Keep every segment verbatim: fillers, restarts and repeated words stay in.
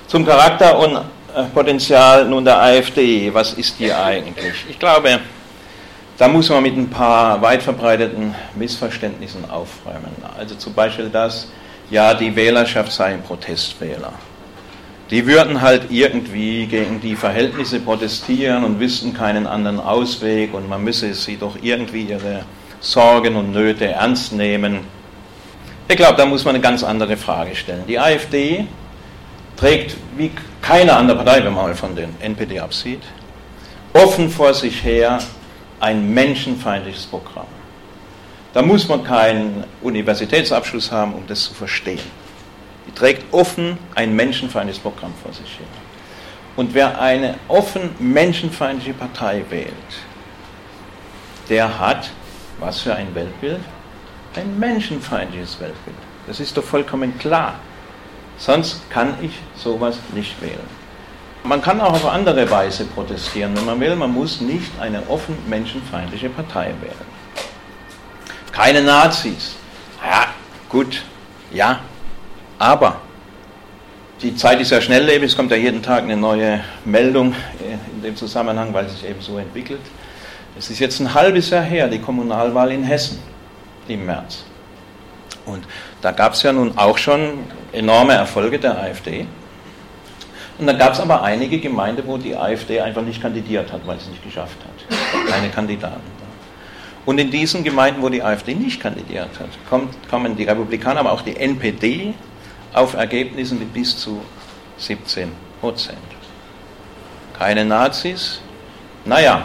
Zum Charakter und Potenzial nun der AfD. Was ist die eigentlich? Ich glaube, da muss man mit ein paar weit verbreiteten Missverständnissen aufräumen. Also zum Beispiel das, ja, die Wählerschaft seien Protestwähler. Die würden halt irgendwie gegen die Verhältnisse protestieren und wüssten keinen anderen Ausweg und man müsse sie doch irgendwie ihre Sorgen und Nöte ernst nehmen. Ich glaube, da muss man eine ganz andere Frage stellen. Die AfD trägt, wie keine andere Partei, wenn man mal von den N P D absieht, offen vor sich her ein menschenfeindliches Programm. Da muss man keinen Universitätsabschluss haben, um das zu verstehen. Die trägt offen ein menschenfeindliches Programm vor sich her. Und wer eine offen menschenfeindliche Partei wählt, der hat, was für ein Weltbild? Ein menschenfeindliches Weltbild. Das ist doch vollkommen klar. Sonst kann ich sowas nicht wählen. Man kann auch auf andere Weise protestieren, wenn man will. Man muss nicht eine offen menschenfeindliche Partei wählen. Keine Nazis. Ja, gut, ja, aber die Zeit ist ja schnelllebig, es kommt ja jeden Tag eine neue Meldung in dem Zusammenhang, weil es sich eben so entwickelt. Es ist jetzt ein halbes Jahr her, die Kommunalwahl in Hessen im März. Und da gab es ja nun auch schon enorme Erfolge der AfD. Und dann gab es aber einige Gemeinden, wo die AfD einfach nicht kandidiert hat, weil sie es nicht geschafft hat. Keine Kandidaten. Und in diesen Gemeinden, wo die AfD nicht kandidiert hat, kommt, kommen die Republikaner, aber auch die N P D auf Ergebnisse mit bis zu siebzehn Prozent. Keine Nazis. Naja,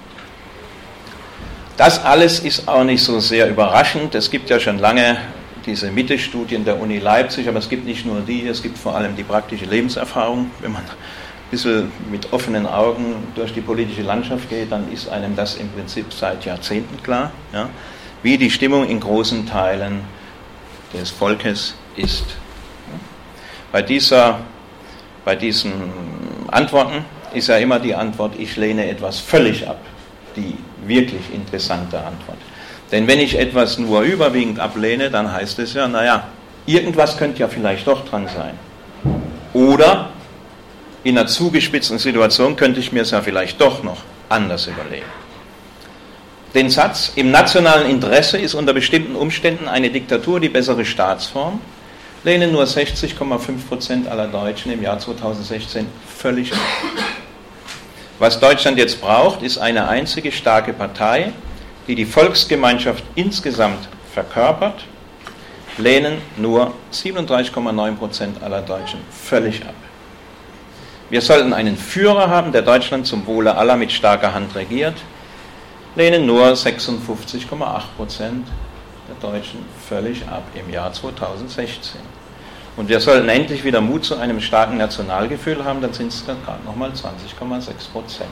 das alles ist auch nicht so sehr überraschend. Es gibt ja schon lange diese Mitte-Studien der Uni Leipzig, aber es gibt nicht nur die, es gibt vor allem die praktische Lebenserfahrung. Wenn man ein bisschen mit offenen Augen durch die politische Landschaft geht, dann ist einem das im Prinzip seit Jahrzehnten klar, ja, wie die Stimmung in großen Teilen des Volkes ist. Bei, dieser, bei diesen Antworten ist ja immer die Antwort, ich lehne etwas völlig ab, die wirklich interessante Antwort. Denn wenn ich etwas nur überwiegend ablehne, dann heißt es ja, naja, irgendwas könnte ja vielleicht doch dran sein. Oder in einer zugespitzten Situation könnte ich mir es ja vielleicht doch noch anders überlegen. Den Satz, im nationalen Interesse ist unter bestimmten Umständen eine Diktatur die bessere Staatsform, lehnen nur sechzig Komma fünf Prozent aller Deutschen im Jahr zweitausendsechzehn völlig ab. Was Deutschland jetzt braucht, ist eine einzige starke Partei, die die Volksgemeinschaft insgesamt verkörpert, lehnen nur siebenunddreißig Komma neun Prozent aller Deutschen völlig ab. Wir sollten einen Führer haben, der Deutschland zum Wohle aller mit starker Hand regiert, lehnen nur sechsundfünfzig Komma acht Prozent der Deutschen völlig ab im Jahr zweitausendsechzehn. Und wir sollten endlich wieder Mut zu einem starken Nationalgefühl haben, dann sind es dann gerade nochmal zwanzig Komma sechs Prozent.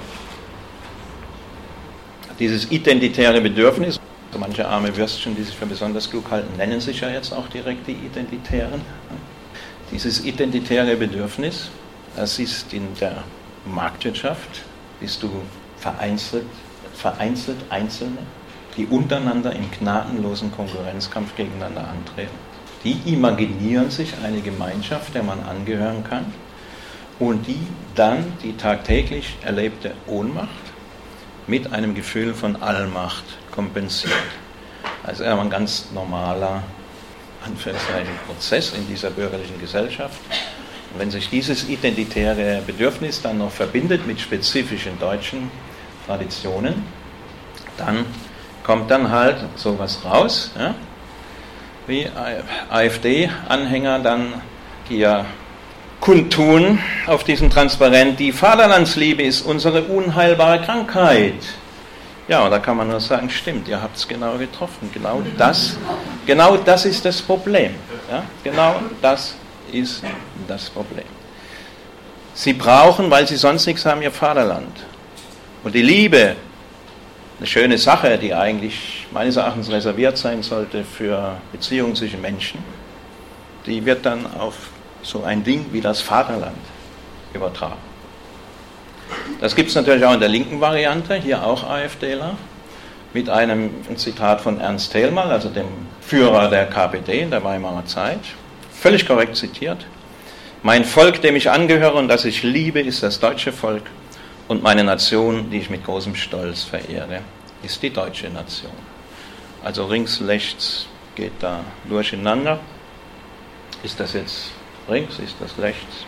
Dieses identitäre Bedürfnis, also manche arme Würstchen, die sich für besonders klug halten, nennen sich ja jetzt auch direkt die Identitären. Dieses identitäre Bedürfnis, das ist in der Marktwirtschaft, bist du vereinzelt, vereinzelt Einzelne, die untereinander im gnadenlosen Konkurrenzkampf gegeneinander antreten. Die imaginieren sich eine Gemeinschaft, der man angehören kann und die dann die tagtäglich erlebte Ohnmacht mit einem Gefühl von Allmacht kompensiert. Also ein ganz normaler Anführungszeichen Prozess in dieser bürgerlichen Gesellschaft. Und wenn sich dieses identitäre Bedürfnis dann noch verbindet mit spezifischen deutschen Traditionen, dann kommt dann halt sowas raus, ja, wie AfD-Anhänger dann hier kundtun auf diesem Transparent, die Vaterlandsliebe ist unsere unheilbare Krankheit. Ja, und da kann man nur sagen, stimmt, ihr habt es genau getroffen. Genau das, genau das ist das Problem. Ja? Genau das ist das Problem. Sie brauchen, weil sie sonst nichts haben, ihr Vaterland. Und die Liebe, eine schöne Sache, die eigentlich meines Erachtens reserviert sein sollte für Beziehungen zwischen Menschen, die wird dann auf so ein Ding wie das Vaterland übertragen. Das gibt es natürlich auch in der linken Variante, hier auch AfDler, mit einem Zitat von Ernst Thälmann, also dem Führer der K P D in der Weimarer Zeit, völlig korrekt zitiert. Mein Volk, dem ich angehöre und das ich liebe, ist das deutsche Volk. Und meine Nation, die ich mit großem Stolz verehre, ist die deutsche Nation. Also links, rechts geht da durcheinander. Ist das jetzt links, ist das rechts?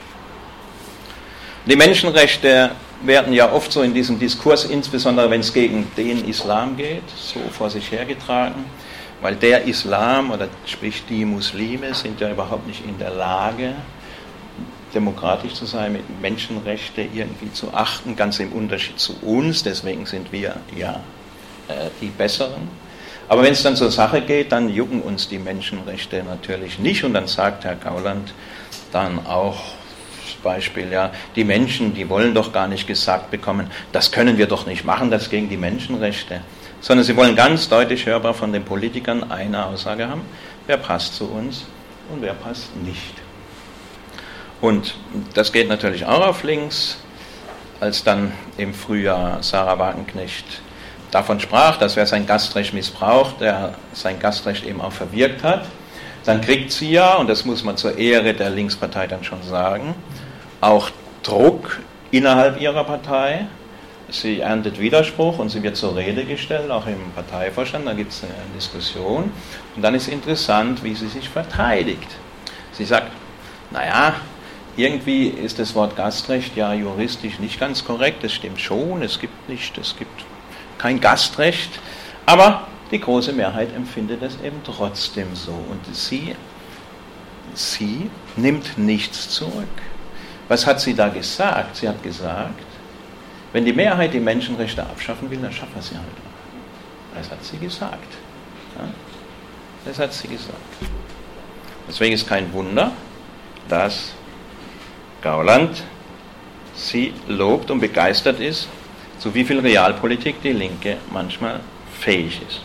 Die Menschenrechte werden ja oft so in diesem Diskurs, insbesondere wenn es gegen den Islam geht, so vor sich hergetragen, weil der Islam oder sprich die Muslime sind ja überhaupt nicht in der Lage, demokratisch zu sein, mit Menschenrechte irgendwie zu achten, ganz im Unterschied zu uns, deswegen sind wir ja äh, die Besseren. Aber wenn es dann zur Sache geht, dann jucken uns die Menschenrechte natürlich nicht und dann sagt Herr Gauland dann auch, Beispiel, ja, die Menschen, die wollen doch gar nicht gesagt bekommen, das können wir doch nicht machen, das ist gegen die Menschenrechte, sondern sie wollen ganz deutlich hörbar von den Politikern eine Aussage haben, wer passt zu uns und wer passt nicht. Und das geht natürlich auch auf links, als dann im Frühjahr Sarah Wagenknecht davon sprach, dass wer sein Gastrecht missbraucht, der sein Gastrecht eben auch verwirkt hat, dann kriegt sie ja, und das muss man zur Ehre der Linkspartei dann schon sagen, auch Druck innerhalb ihrer Partei. Sie erntet Widerspruch und sie wird zur Rede gestellt, auch im Parteivorstand, da gibt es eine Diskussion. Und dann ist interessant, wie sie sich verteidigt. Sie sagt, naja, irgendwie ist das Wort Gastrecht ja juristisch nicht ganz korrekt, das stimmt schon, es gibt nicht, es gibt kein Gastrecht, aber die große Mehrheit empfindet es eben trotzdem so. Und sie, sie nimmt nichts zurück. Was hat sie da gesagt? Sie hat gesagt, wenn die Mehrheit die Menschenrechte abschaffen will, dann schaffen wir sie halt auch. Das hat sie gesagt. Ja? Das hat sie gesagt. Deswegen ist kein Wunder, dass Gauland sie lobt und begeistert ist, zu wie viel Realpolitik die Linke manchmal fähig ist.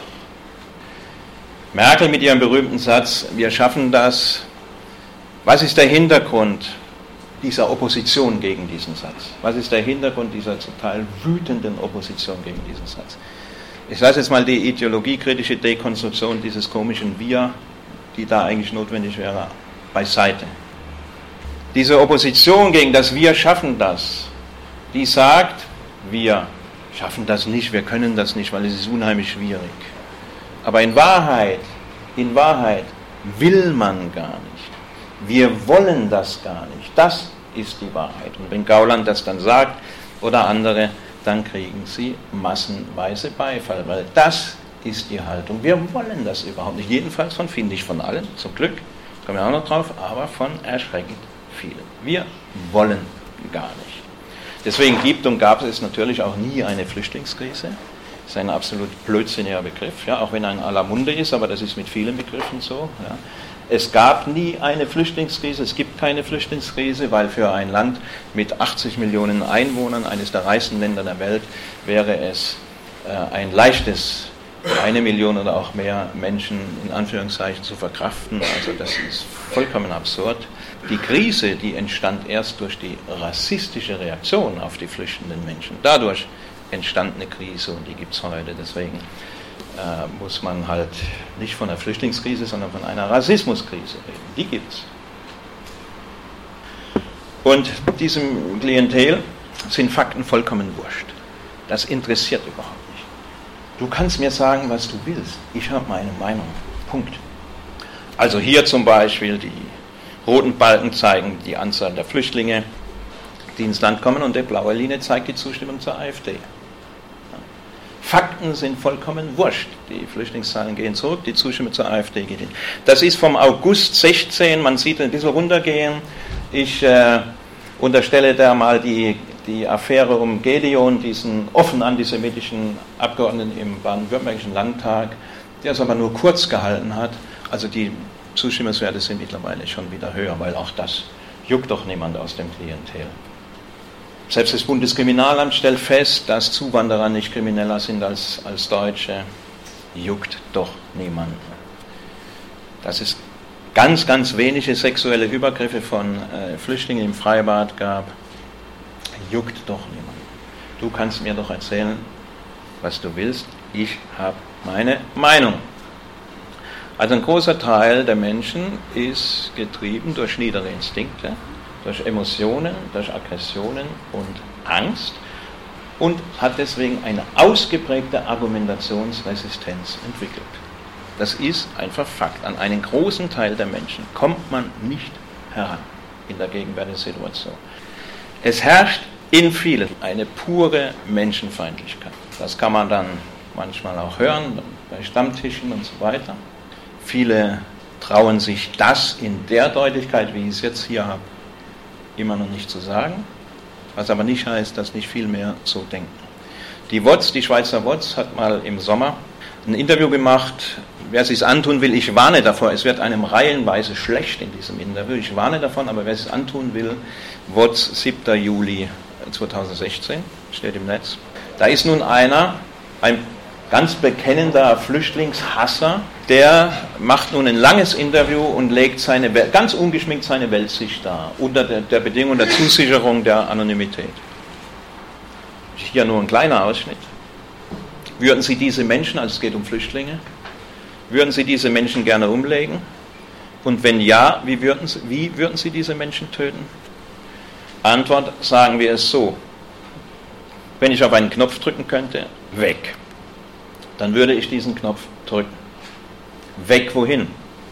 Merkel mit ihrem berühmten Satz, wir schaffen das. Was ist der Hintergrund dieser Opposition gegen diesen Satz? Was ist der Hintergrund dieser zum Teil wütenden Opposition gegen diesen Satz? Ich lasse jetzt mal die ideologiekritische Dekonstruktion dieses komischen Wir, die da eigentlich notwendig wäre, beiseite. Diese Opposition gegen das Wir schaffen das, die sagt, wir schaffen das nicht, wir können das nicht, weil es ist unheimlich schwierig. Aber in Wahrheit, in Wahrheit will man gar nicht. Wir wollen das gar nicht. Das ist die Wahrheit. Und wenn Gauland das dann sagt oder andere, dann kriegen sie massenweise Beifall, weil das ist die Haltung. Wir wollen das überhaupt nicht. Jedenfalls von, finde ich, von allen, zum Glück, kommen wir auch noch drauf, aber von erschreckend vielen. Wir wollen gar nicht. Deswegen gibt und gab es natürlich auch nie eine Flüchtlingskrise. Das ist ein absolut blödsinniger Begriff, ja, auch wenn er in aller Munde ist, aber das ist mit vielen Begriffen so. Ja. Es gab nie eine Flüchtlingskrise, es gibt keine Flüchtlingskrise, weil für ein Land mit achtzig Millionen Einwohnern, eines der reichsten Länder der Welt, wäre es äh, ein leichtes, eine Million oder auch mehr Menschen in Anführungszeichen zu verkraften. Also das ist vollkommen absurd. Die Krise, die entstand erst durch die rassistische Reaktion auf die flüchtenden Menschen. Dadurch entstand eine Krise und die gibt es heute. Deswegen äh, muss man halt nicht von einer Flüchtlingskrise, sondern von einer Rassismuskrise reden. Die gibt es. Und diesem Klientel sind Fakten vollkommen wurscht. Das interessiert überhaupt nicht. Du kannst mir sagen, was du willst. Ich habe meine Meinung. Punkt. Also hier zum Beispiel die roten Balken zeigen die Anzahl der Flüchtlinge, die ins Land kommen, und die blaue Linie zeigt die Zustimmung zur AfD. Fakten sind vollkommen wurscht. Die Flüchtlingszahlen gehen zurück, die Zustimmung zur AfD geht hin. Das ist vom August sechzehn, man sieht ein bisschen runtergehen. Ich äh, unterstelle da mal die, die Affäre um Gedeon, diesen offen antisemitischen Abgeordneten im baden-württembergischen Landtag, der es aber nur kurz gehalten hat. Also die Zustimmungswerte sind mittlerweile schon wieder höher, weil auch das juckt doch niemand aus dem Klientel. Selbst das Bundeskriminalamt stellt fest, dass Zuwanderer nicht krimineller sind als, als Deutsche. Juckt doch niemanden. Dass es ganz, ganz wenige sexuelle Übergriffe von äh, Flüchtlingen im Freibad gab, juckt doch niemanden. Du kannst mir doch erzählen, was du willst. Ich habe meine Meinung. Also ein großer Teil der Menschen ist getrieben durch niedere Instinkte, durch Emotionen, durch Aggressionen und Angst und hat deswegen eine ausgeprägte Argumentationsresistenz entwickelt. Das ist einfach Fakt. An einen großen Teil der Menschen kommt man nicht heran in der gegenwärtigen Situation. Es herrscht in vielen eine pure Menschenfeindlichkeit. Das kann man dann manchmal auch hören, bei Stammtischen und so weiter. Viele trauen sich das in der Deutlichkeit, wie ich es jetzt hier habe, immer noch nicht zu sagen, was aber nicht heißt, dass nicht viel mehr so denken. Die W O Z, die Schweizer W O Z, hat mal im Sommer ein Interview gemacht. Wer es sich antun will, ich warne davor, es wird einem reihenweise schlecht in diesem Interview. Ich warne davon, aber wer es sich antun will, W O Z, siebter Juli zweitausendsechzehn, steht im Netz. Da ist nun einer, ein ganz bekennender Flüchtlingshasser, der macht nun ein langes Interview und legt seine Welt, ganz ungeschminkt seine Weltsicht dar, unter der, der Bedingung der Zusicherung der Anonymität. Hier nur ein kleiner Ausschnitt. Würden Sie diese Menschen, also es geht um Flüchtlinge, würden Sie diese Menschen gerne umlegen? Und wenn ja, wie würden Sie, wie würden Sie diese Menschen töten? Antwort, sagen wir es so. Wenn ich auf einen Knopf drücken könnte, weg. Dann würde ich diesen Knopf drücken. Weg wohin?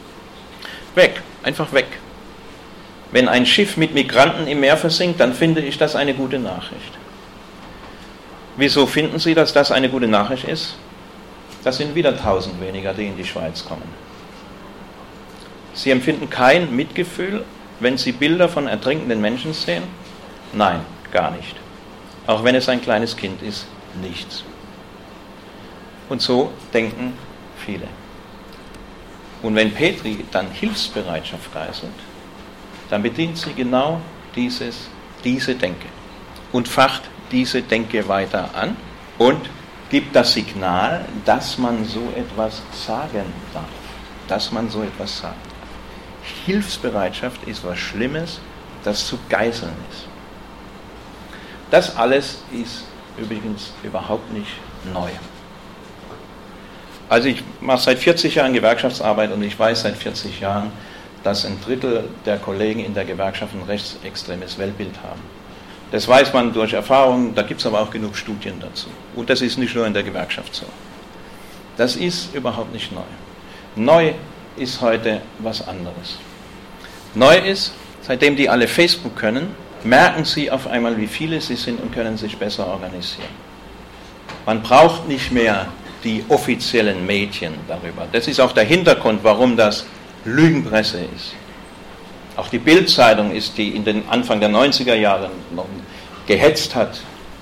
Weg, einfach weg. Wenn ein Schiff mit Migranten im Meer versinkt, dann finde ich das eine gute Nachricht. Wieso finden Sie, dass das eine gute Nachricht ist? Das sind wieder tausend weniger, die in die Schweiz kommen. Sie empfinden kein Mitgefühl, wenn Sie Bilder von ertrinkenden Menschen sehen? Nein, gar nicht. Auch wenn es ein kleines Kind ist, nichts. Und so denken viele. Und wenn Petri dann Hilfsbereitschaft geißelt, dann bedient sie genau dieses, diese Denke und facht diese Denke weiter an und gibt das Signal, dass man so etwas sagen darf. Dass man so etwas sagen darf. Hilfsbereitschaft ist was Schlimmes, das zu geißeln ist. Das alles ist übrigens überhaupt nicht neu. Also ich mache seit vierzig Jahren Gewerkschaftsarbeit und ich weiß seit vierzig Jahren, dass ein Drittel der Kollegen in der Gewerkschaft ein rechtsextremes Weltbild haben. Das weiß man durch Erfahrung, da gibt es aber auch genug Studien dazu. Und das ist nicht nur in der Gewerkschaft so. Das ist überhaupt nicht neu. Neu ist heute was anderes. Neu ist, seitdem die alle Facebook können, merken sie auf einmal, wie viele sie sind und können sich besser organisieren. Man braucht nicht mehr die offiziellen Medien darüber. Das ist auch der Hintergrund, warum das Lügenpresse ist. Auch die Bild-Zeitung ist, die in den Anfang der neunziger Jahre noch gehetzt hat,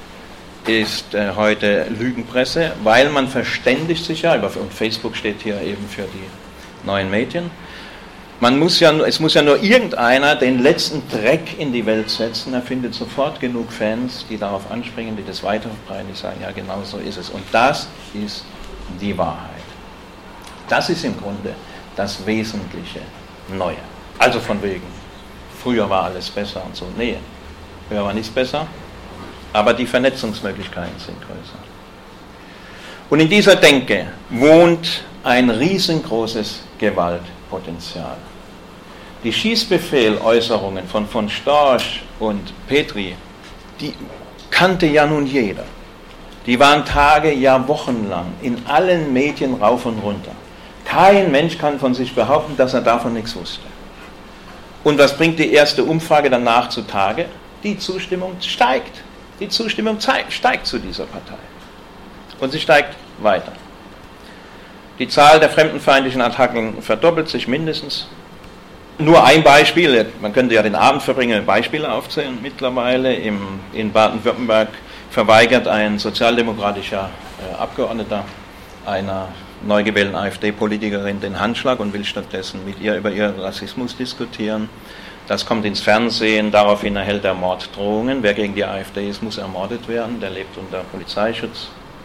ist äh, heute Lügenpresse, weil man verständigt sich ja, und Facebook steht hier eben für die neuen Medien, man muss ja, es muss ja nur irgendeiner den letzten Dreck in die Welt setzen, er findet sofort genug Fans, die darauf anspringen, die das weiterverbreiten, die sagen, ja genau so ist es. Und das ist die Wahrheit. Das ist im Grunde das Wesentliche Neue. Also von wegen, früher war alles besser und so. Nee, früher war nichts besser, aber die Vernetzungsmöglichkeiten sind größer. Und in dieser Denke wohnt ein riesengroßes Gewaltpotenzial. Die Schießbefehl-Äußerungen von von Storch und Petri, die kannte ja nun jeder. Die waren Tage, ja wochenlang in allen Medien rauf und runter. Kein Mensch kann von sich behaupten, dass er davon nichts wusste. Und was bringt die erste Umfrage danach zutage? Die Zustimmung steigt. Die Zustimmung steigt zu dieser Partei. Und sie steigt weiter. Die Zahl der fremdenfeindlichen Attacken verdoppelt sich mindestens. Nur ein Beispiel, man könnte ja den Abend verbringen, Beispiele aufzählen. Mittlerweile im, in Baden-Württemberg verweigert ein sozialdemokratischer äh, Abgeordneter einer neu gewählten AfD-Politikerin den Handschlag und will stattdessen mit ihr über ihren Rassismus diskutieren. Das kommt ins Fernsehen, daraufhin erhält er Morddrohungen. Wer gegen die AfD ist, muss ermordet werden, der lebt unter Polizeischutz.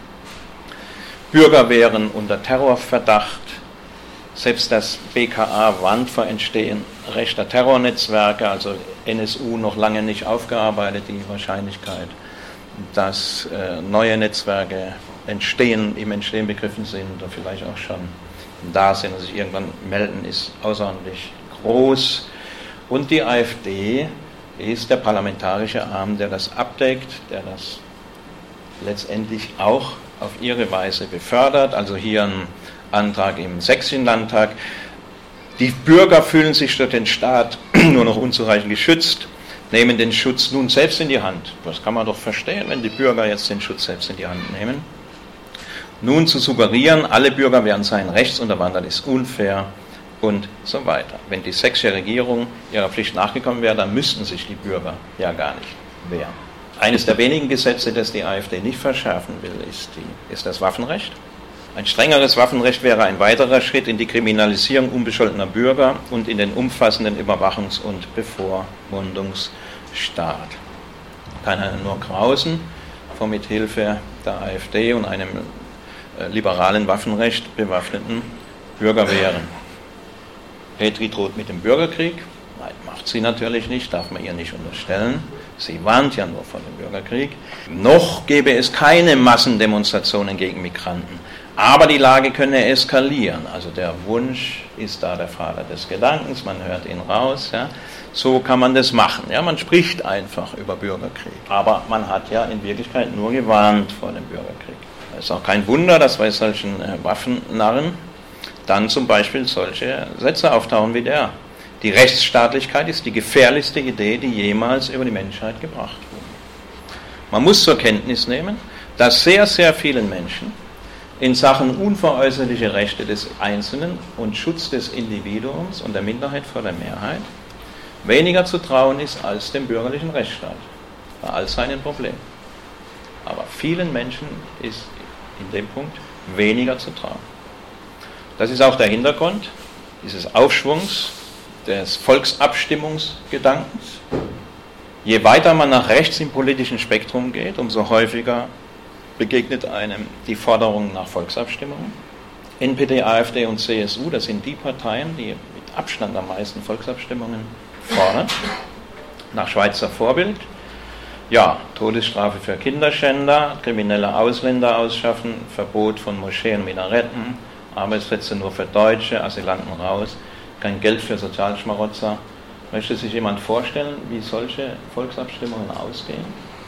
Bürgerwehren unter Terrorverdacht. Selbst das B K A warnt vor Entstehen rechter Terrornetzwerke, also N S U noch lange nicht aufgearbeitet, die Wahrscheinlichkeit, dass äh, neue Netzwerke entstehen, im Entstehen begriffen sind oder vielleicht auch schon da sind und sich irgendwann melden, ist außerordentlich groß. Und die AfD ist der parlamentarische Arm, der das abdeckt, der das letztendlich auch auf ihre Weise befördert. Also hier ein Antrag im Sächsischen Landtag. Die Bürger fühlen sich durch den Staat nur noch unzureichend geschützt, nehmen den Schutz nun selbst in die Hand. Das kann man doch verstehen, wenn die Bürger jetzt den Schutz selbst in die Hand nehmen. Nun zu suggerieren, alle Bürger wären seien rechtsunterwandert, ist unfair und so weiter. Wenn die sächsische Regierung ihrer Pflicht nachgekommen wäre, dann müssten sich die Bürger ja gar nicht wehren. Eines der wenigen Gesetze, das die AfD nicht verschärfen will, ist, die, ist das Waffenrecht. Ein strengeres Waffenrecht wäre ein weiterer Schritt in die Kriminalisierung unbescholtener Bürger und in den umfassenden Überwachungs- und Bevormundungsstaat. Kann er nur grausen vor mit Hilfe der AfD und einem äh, liberalen Waffenrecht bewaffneten Bürgerwehren. Petri droht mit dem Bürgerkrieg. Nein, macht sie natürlich nicht, darf man ihr nicht unterstellen. Sie warnt ja nur vor dem Bürgerkrieg. Noch gäbe es keine Massendemonstrationen gegen Migranten. Aber die Lage könne eskalieren. Also der Wunsch ist da der Vater des Gedankens, man hört ihn raus. Ja. So kann man das machen. Ja. Man spricht einfach über Bürgerkrieg. Aber man hat ja in Wirklichkeit nur gewarnt vor dem Bürgerkrieg. Es ist auch kein Wunder, dass bei solchen äh, Waffennarren dann zum Beispiel solche Sätze auftauchen wie der. Die Rechtsstaatlichkeit ist die gefährlichste Idee, die jemals über die Menschheit gebracht wurde. Man muss zur Kenntnis nehmen, dass sehr, sehr vielen Menschen in Sachen unveräußerliche Rechte des Einzelnen und Schutz des Individuums und der Minderheit vor der Mehrheit weniger zu trauen ist als dem bürgerlichen Rechtsstaat, bei all seinen Problemen. Aber vielen Menschen ist in dem Punkt weniger zu trauen. Das ist auch der Hintergrund dieses Aufschwungs des Volksabstimmungsgedankens. Je weiter man nach rechts im politischen Spektrum geht, umso häufiger begegnet einem die Forderung nach Volksabstimmungen. N P D, AfD und C S U, das sind die Parteien, die mit Abstand am meisten Volksabstimmungen fordern, nach Schweizer Vorbild. Ja, Todesstrafe für Kinderschänder, kriminelle Ausländer ausschaffen, Verbot von Moscheen und Minaretten, Arbeitsplätze nur für Deutsche, Asylanten raus, kein Geld für Sozialschmarotzer. Möchte sich jemand vorstellen, wie solche Volksabstimmungen ausgehen?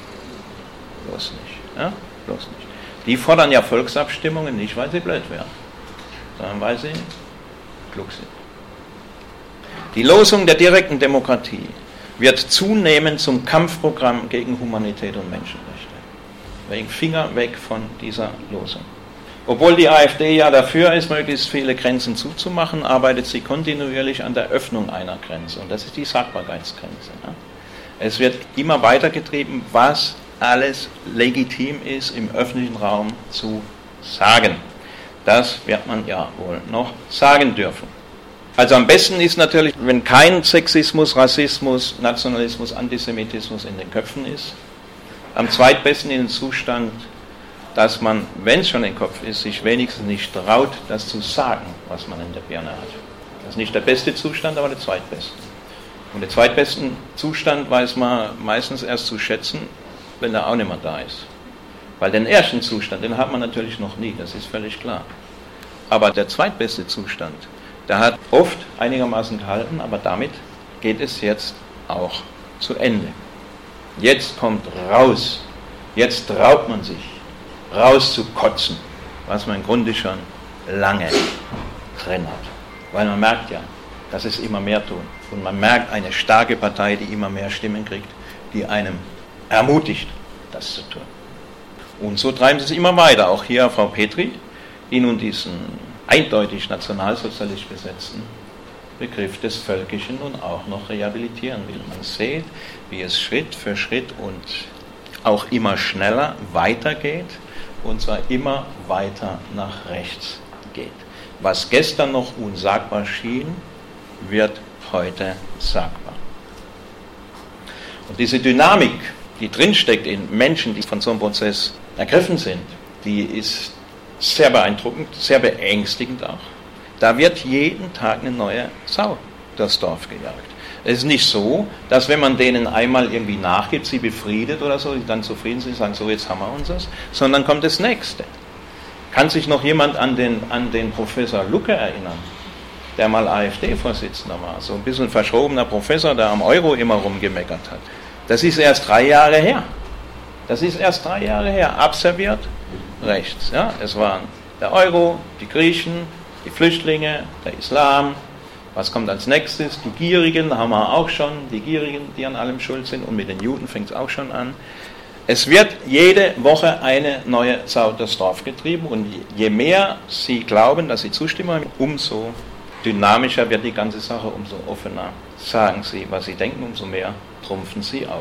Bloß nicht. Ja? Bloß nicht. Die fordern ja Volksabstimmungen nicht, weil sie blöd wären, sondern weil sie klug sind. Die Losung der direkten Demokratie wird zunehmend zum Kampfprogramm gegen Humanität und Menschenrechte. Wegen Finger weg von dieser Losung. Obwohl die AfD ja dafür ist, möglichst viele Grenzen zuzumachen, arbeitet sie kontinuierlich an der Öffnung einer Grenze. Und das ist die Sagbarkeitsgrenze. Ne? Es wird immer weitergetrieben, was alles legitim ist, im öffentlichen Raum zu sagen. Das wird man ja wohl noch sagen dürfen. Also am besten ist natürlich, wenn kein Sexismus, Rassismus, Nationalismus, Antisemitismus in den Köpfen ist. Am zweitbesten in den Zustand, dass man, wenn es schon im Kopf ist, sich wenigstens nicht traut, das zu sagen, was man in der Birne hat. Das ist nicht der beste Zustand, aber der zweitbeste. Und den zweitbesten Zustand weiß man meistens erst zu schätzen, wenn er auch nicht mehr da ist. Weil den ersten Zustand, den hat man natürlich noch nie, das ist völlig klar. Aber der zweitbeste Zustand, der hat oft einigermaßen gehalten, aber damit geht es jetzt auch zu Ende. Jetzt kommt raus, jetzt traut man sich, rauszukotzen, was man im Grunde schon lange drin hat. Weil man merkt ja, dass es immer mehr tun. Und man merkt eine starke Partei, die immer mehr Stimmen kriegt, die einem ermutigt, das zu tun. Und so treiben sie es immer weiter. Auch hier Frau Petri, die nun diesen eindeutig nationalsozialistisch besetzten Begriff des Völkischen und auch noch rehabilitieren will. Man sieht, wie es Schritt für Schritt und auch immer schneller weitergeht, und zwar immer weiter nach rechts geht. Was gestern noch unsagbar schien, wird heute sagbar. Und diese Dynamik, die drinsteckt in Menschen, die von so einem Prozess ergriffen sind, die ist sehr beeindruckend, sehr beängstigend auch. Da wird jeden Tag eine neue Sau durchs Dorf gejagt. Es ist nicht so, dass wenn man denen einmal irgendwie nachgibt, sie befriedet oder so, die dann zufrieden sind, sagen, so jetzt haben wir uns das, sondern kommt das Nächste. Kann sich noch jemand an den, an den Professor Lucke erinnern, der mal AfD-Vorsitzender war? So ein bisschen verschrobener Professor, der am Euro immer rumgemeckert hat. Das ist erst drei Jahre her. Das ist erst drei Jahre her. Abserviert rechts. Ja? Es waren der Euro, die Griechen, die Flüchtlinge, der Islam. Was kommt als nächstes? Die Gierigen, haben wir auch schon. Die Gierigen, die an allem schuld sind. Und mit den Juden fängt es auch schon an. Es wird jede Woche eine neue Sau durchs Dorf getrieben. Und je mehr sie glauben, dass sie zustimmen, umso dynamischer wird die ganze Sache, umso offener sagen sie, was sie denken, umso mehr trumpfen sie auf.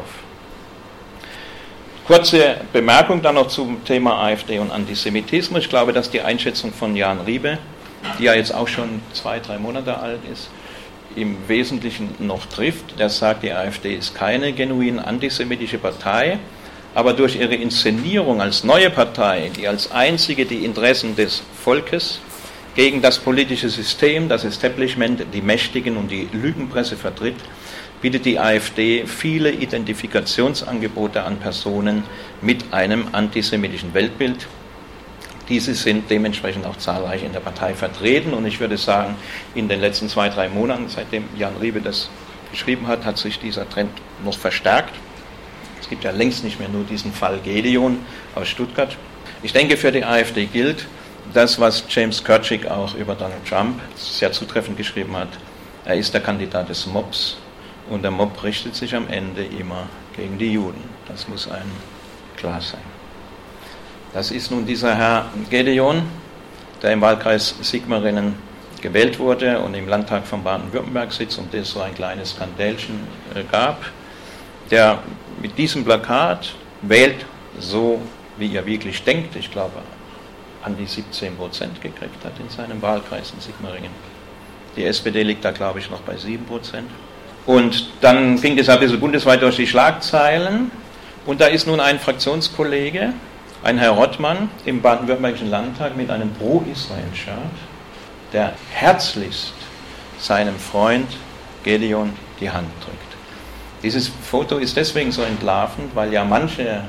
Kurze Bemerkung dann noch zum Thema AfD und Antisemitismus. Ich glaube, dass die Einschätzung von Jan Riebe, die ja jetzt auch schon zwei, drei Monate alt ist, im Wesentlichen noch trifft. Der sagt, die AfD ist keine genuin antisemitische Partei, aber durch ihre Inszenierung als neue Partei, die als einzige die Interessen des Volkes gegen das politische System, das Establishment, die Mächtigen und die Lügenpresse vertritt, bietet die AfD viele Identifikationsangebote an Personen mit einem antisemitischen Weltbild. Diese sind dementsprechend auch zahlreich in der Partei vertreten und ich würde sagen, in den letzten zwei, drei Monaten, seitdem Jan Riebe das geschrieben hat, hat sich dieser Trend noch verstärkt. Es gibt ja längst nicht mehr nur diesen Fall Gedeon aus Stuttgart. Ich denke, für die AfD gilt das, was James Kirchick auch über Donald Trump sehr zutreffend geschrieben hat. Er ist der Kandidat des Mobs. Und der Mob richtet sich am Ende immer gegen die Juden. Das muss einem klar sein. Das ist nun dieser Herr Gedeon, der im Wahlkreis Sigmaringen gewählt wurde und im Landtag von Baden-Württemberg sitzt und es so ein kleines Skandälchen gab, der mit diesem Plakat wählt so, wie er wirklich denkt. Ich glaube, an die siebzehn Prozent gekriegt hat in seinem Wahlkreis in Sigmaringen. Die S P D liegt da, glaube ich, noch bei sieben Prozent. Und dann ging das ein bisschen bundesweit durch die Schlagzeilen. Und da ist nun ein Fraktionskollege, ein Herr Rottmann, im baden-württembergischen Landtag mit einem Pro-Israel-Shirt, der herzlichst seinem Freund Gedeon die Hand drückt. Dieses Foto ist deswegen so entlarvend, weil ja manche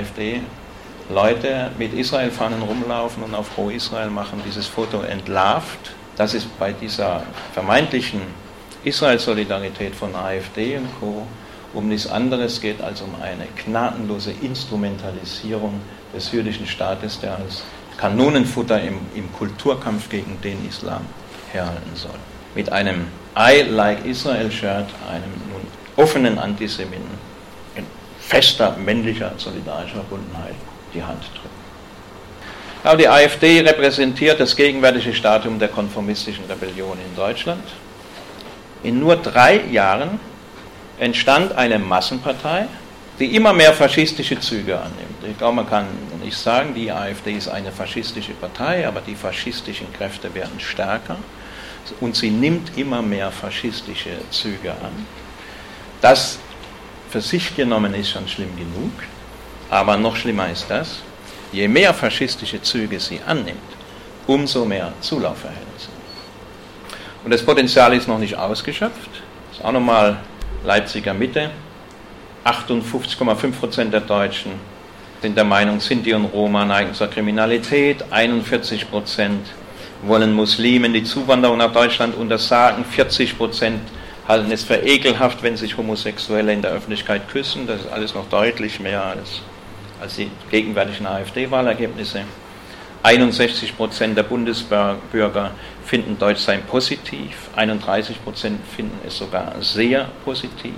AfD-Leute mit Israel-Fahnen rumlaufen und auf Pro-Israel machen. Dieses Foto entlarvt, dass es bei dieser vermeintlichen Israel-Solidarität von AfD und Co. um nichts anderes geht als um eine gnadenlose Instrumentalisierung des jüdischen Staates, der als Kanonenfutter im, im Kulturkampf gegen den Islam herhalten soll. Mit einem I like Israel-Shirt, einem nun offenen Antisemiten, in fester männlicher solidarischer Verbundenheit die Hand drücken. Aber die AfD repräsentiert das gegenwärtige Stadium der konformistischen Rebellion in Deutschland. In nur drei Jahren entstand eine Massenpartei, die immer mehr faschistische Züge annimmt. Ich glaube, man kann nicht sagen, die AfD ist eine faschistische Partei, aber die faschistischen Kräfte werden stärker und sie nimmt immer mehr faschistische Züge an. Das für sich genommen ist schon schlimm genug, aber noch schlimmer ist das, je mehr faschistische Züge sie annimmt, umso mehr Zulauf erhält sie. Und das Potenzial ist noch nicht ausgeschöpft. Das ist auch nochmal Leipziger Mitte. achtundfünfzig Komma fünf Prozent der Deutschen sind der Meinung, Sinti und Roma neigen zur Kriminalität. einundvierzig Prozent wollen Muslimen die Zuwanderung nach Deutschland untersagen. vierzig Prozent halten es für ekelhaft, wenn sich Homosexuelle in der Öffentlichkeit küssen. Das ist alles noch deutlich mehr als, als die gegenwärtigen AfD-Wahlergebnisse. einundsechzig Prozent der Bundesbürger finden Deutschsein positiv, einunddreißig Prozent finden es sogar sehr positiv.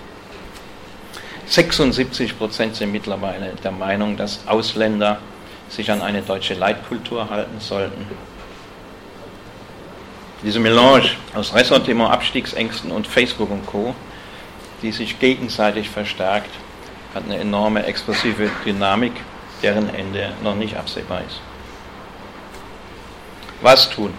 sechsundsiebzig Prozent sind mittlerweile der Meinung, dass Ausländer sich an eine deutsche Leitkultur halten sollten. Diese Melange aus Ressentiment, Abstiegsängsten und Facebook und Co., die sich gegenseitig verstärkt, hat eine enorme explosive Dynamik, deren Ende noch nicht absehbar ist. Was tun?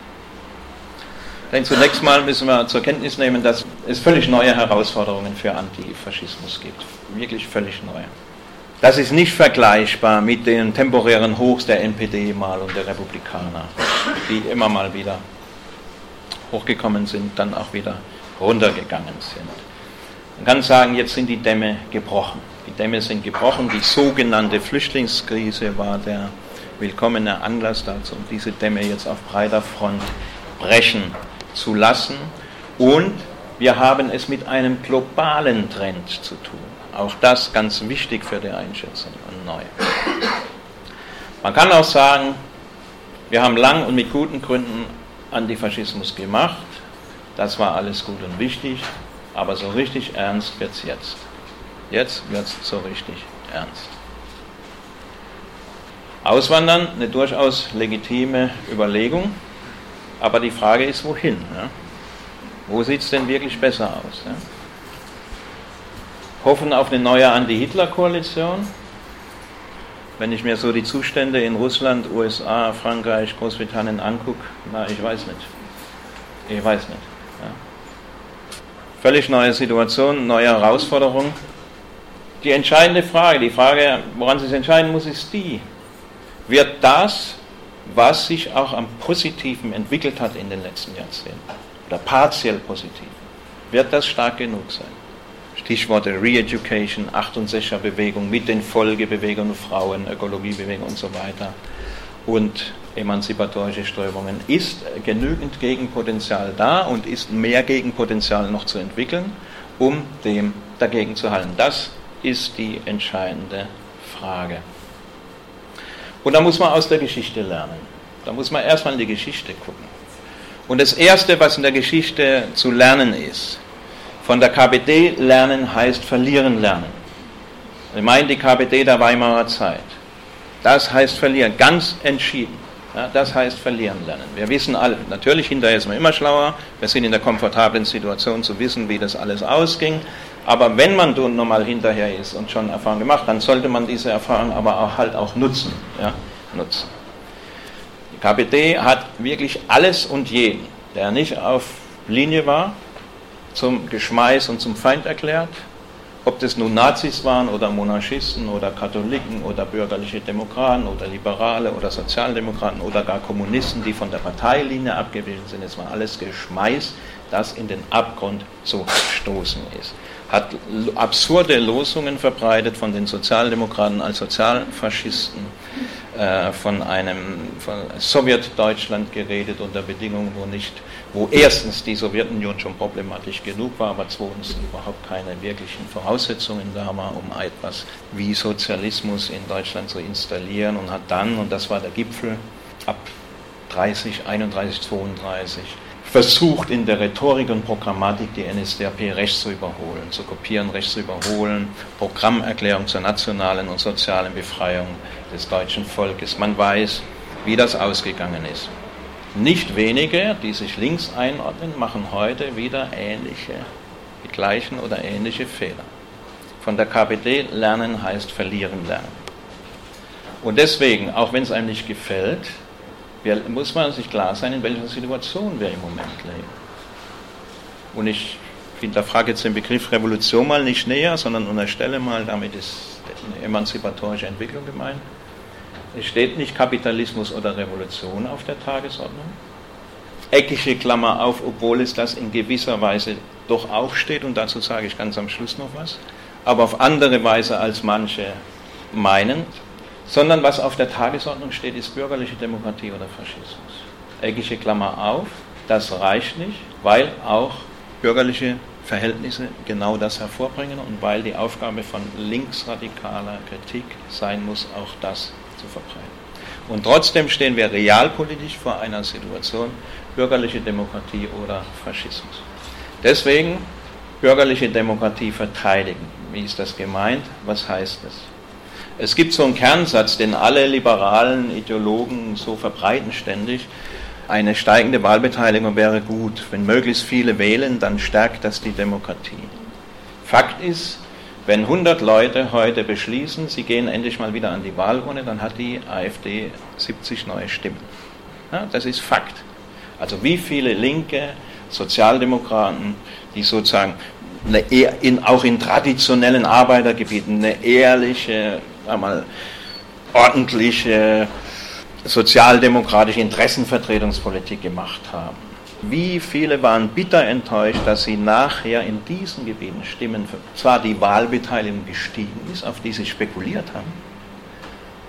Denn zunächst mal müssen wir zur Kenntnis nehmen, dass es völlig neue Herausforderungen für Antifaschismus gibt. Wirklich völlig neue. Das ist nicht vergleichbar mit den temporären Hochs der N P D mal und der Republikaner, die immer mal wieder hochgekommen sind, dann auch wieder runtergegangen sind. Man kann sagen, jetzt sind die Dämme gebrochen. Die Dämme sind gebrochen. Die sogenannte Flüchtlingskrise war der willkommener Anlass dazu, um diese Dämme jetzt auf breiter Front brechen zu lassen. Und wir haben es mit einem globalen Trend zu tun. Auch das ganz wichtig für die Einschätzung und neu. Man kann auch sagen, wir haben lang und mit guten Gründen Antifaschismus gemacht. Das war alles gut und wichtig, aber so richtig ernst wird es jetzt. Jetzt wird es so richtig ernst. Auswandern, eine durchaus legitime Überlegung, aber die Frage ist, wohin? Ja? Wo sieht es denn wirklich besser aus? Ja? Hoffen auf eine neue Anti-Hitler-Koalition. Wenn ich mir so die Zustände in Russland, U S A, Frankreich, Großbritannien angucke, na, ich weiß nicht. Ich weiß nicht. Ja. Völlig neue Situation, neue Herausforderung. Die entscheidende Frage, die Frage, woran es sich entscheiden muss, ist die: Wird das, was sich auch am Positiven entwickelt hat in den letzten Jahrzehnten, oder partiell positiv, wird das stark genug sein? Stichworte Re-Education, achtundsechziger Bewegung mit den Folgebewegungen, Frauen, Ökologiebewegung und so weiter und emanzipatorische Strömungen. Ist genügend Gegenpotenzial da und ist mehr Gegenpotenzial noch zu entwickeln, um dem dagegen zu halten? Das ist die entscheidende Frage. Und da muss man aus der Geschichte lernen. Da muss man erstmal in die Geschichte gucken. Und das Erste, was in der Geschichte zu lernen ist, von der K P D lernen heißt verlieren lernen. Ich meine die K P D der Weimarer Zeit. Das heißt verlieren, ganz entschieden. Ja, das heißt verlieren lernen. Wir wissen alle, natürlich hinterher ist man immer schlauer, wir sind in der komfortablen Situation zu wissen, wie das alles ausging, aber wenn man nun nochmal hinterher ist und schon Erfahrung gemacht, dann sollte man diese Erfahrung aber auch halt auch nutzen. Ja, nutzen. Die K P D hat wirklich alles und jeden, der nicht auf Linie war, zum Geschmeiß und zum Feind erklärt, ob das nun Nazis waren oder Monarchisten oder Katholiken oder bürgerliche Demokraten oder Liberale oder Sozialdemokraten oder gar Kommunisten, die von der Parteilinie abgewichen sind. Es war alles Geschmeiß, das in den Abgrund zu stoßen ist. Hat absurde Losungen verbreitet von den Sozialdemokraten als Sozialfaschisten, äh, von einem von Sowjetdeutschland geredet unter Bedingungen, wo nicht wo erstens die Sowjetunion schon problematisch genug war, aber zweitens überhaupt keine wirklichen Voraussetzungen da war, um etwas wie Sozialismus in Deutschland zu installieren, und hat dann, und das war der Gipfel, ab dreißig, einunddreißig, zweiunddreißig, versucht in der Rhetorik und Programmatik die N S D A P rechts zu überholen, zu kopieren, rechts zu überholen, Programmerklärung zur nationalen und sozialen Befreiung des deutschen Volkes. Man weiß, wie das ausgegangen ist. Nicht wenige, die sich links einordnen, machen heute wieder ähnliche, die gleichen oder ähnliche Fehler. Von der K P D lernen heißt verlieren lernen. Und deswegen, auch wenn es einem nicht gefällt, muss man sich klar sein, in welcher Situation wir im Moment leben. Und ich hinterfrage jetzt den Begriff Revolution mal nicht näher, sondern unterstelle mal, damit ist eine emanzipatorische Entwicklung gemeint. Es steht nicht Kapitalismus oder Revolution auf der Tagesordnung. Eckige Klammer auf, obwohl es das in gewisser Weise doch auch steht, und dazu sage ich ganz am Schluss noch was, aber auf andere Weise als manche meinen, sondern was auf der Tagesordnung steht, ist bürgerliche Demokratie oder Faschismus. Eckige Klammer auf, das reicht nicht, weil auch bürgerliche Verhältnisse genau das hervorbringen und weil die Aufgabe von linksradikaler Kritik sein muss, auch das zu verbreiten. Und trotzdem stehen wir realpolitisch vor einer Situation, bürgerliche Demokratie oder Faschismus. Deswegen bürgerliche Demokratie verteidigen. Wie ist das gemeint? Was heißt das? Es gibt so einen Kernsatz, den alle liberalen Ideologen so verbreiten ständig: Eine steigende Wahlbeteiligung wäre gut. Wenn möglichst viele wählen, dann stärkt das die Demokratie. Fakt ist, wenn hundert Leute heute beschließen, sie gehen endlich mal wieder an die Wahlurne, dann hat die AfD siebzig neue Stimmen. Ja, das ist Fakt. Also wie viele Linke, Sozialdemokraten, die sozusagen eine, in, auch in traditionellen Arbeitergebieten eine ehrliche, einmal ordentliche, sozialdemokratische Interessenvertretungspolitik gemacht haben. Wie viele waren bitter enttäuscht, dass sie nachher in diesen Gebieten Stimmen, für, zwar die Wahlbeteiligung gestiegen ist, auf die sie spekuliert haben,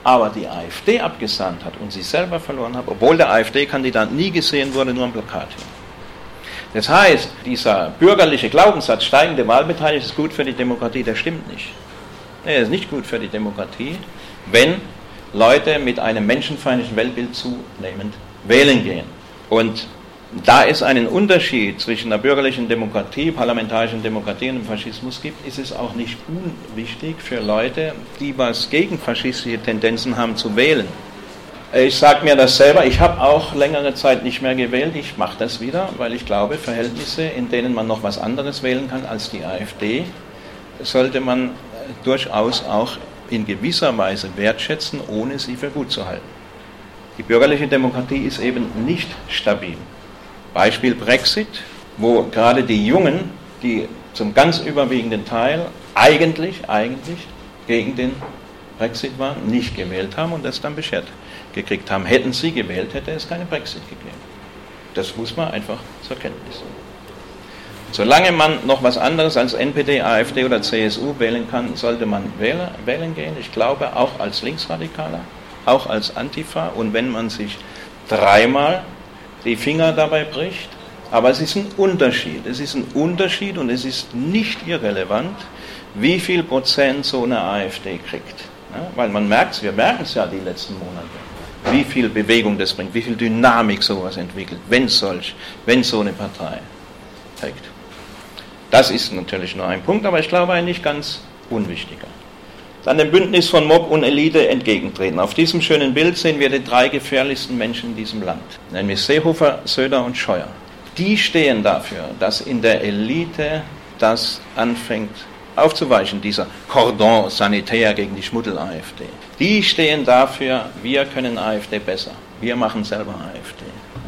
aber die AfD abgesandt hat und sie selber verloren hat, obwohl der AfD-Kandidat nie gesehen wurde, nur am Plakat hin. Das heißt, dieser bürgerliche Glaubenssatz, steigende Wahlbeteiligung ist gut für die Demokratie, der stimmt nicht. Er ist nicht gut für die Demokratie, wenn Leute mit einem menschenfeindlichen Weltbild zunehmend wählen gehen. Und da es einen Unterschied zwischen der bürgerlichen Demokratie, parlamentarischen Demokratie und dem Faschismus gibt, ist es auch nicht unwichtig für Leute, die was gegen faschistische Tendenzen haben, zu wählen. Ich sage mir das selber, ich habe auch längere Zeit nicht mehr gewählt, ich mache das wieder, weil ich glaube, Verhältnisse, in denen man noch was anderes wählen kann als die AfD, sollte man durchaus auch in gewisser Weise wertschätzen, ohne sie für gut zu halten. Die bürgerliche Demokratie ist eben nicht stabil. Beispiel Brexit, wo gerade die Jungen, die zum ganz überwiegenden Teil eigentlich, eigentlich gegen den Brexit waren, nicht gewählt haben und das dann beschert gekriegt haben. Hätten sie gewählt, hätte es keine Brexit gegeben. Das muss man einfach zur Kenntnis nehmen. Solange man noch was anderes als N P D, AfD oder C S U wählen kann, sollte man wählen, wählen gehen. Ich glaube, auch als Linksradikaler, auch als Antifa. Und wenn man sich dreimal die Finger dabei bricht, aber es ist ein Unterschied. Es ist ein Unterschied und es ist nicht irrelevant, wie viel Prozent so eine AfD kriegt. Ja, weil man merkt es, wir merken es ja die letzten Monate, wie viel Bewegung das bringt, wie viel Dynamik sowas entwickelt, wenn solch, wenn so eine Partei trägt. Das ist natürlich nur ein Punkt, aber ich glaube ein nicht ganz unwichtiger. Dann dem Bündnis von Mob und Elite entgegentreten. Auf diesem schönen Bild sehen wir die drei gefährlichsten Menschen in diesem Land, nämlich Seehofer, Söder und Scheuer. Die stehen dafür, dass in der Elite das anfängt aufzuweichen, dieser Cordon sanitär gegen die Schmuddel-AfD. Die stehen dafür, wir können AfD besser, wir machen selber AfD.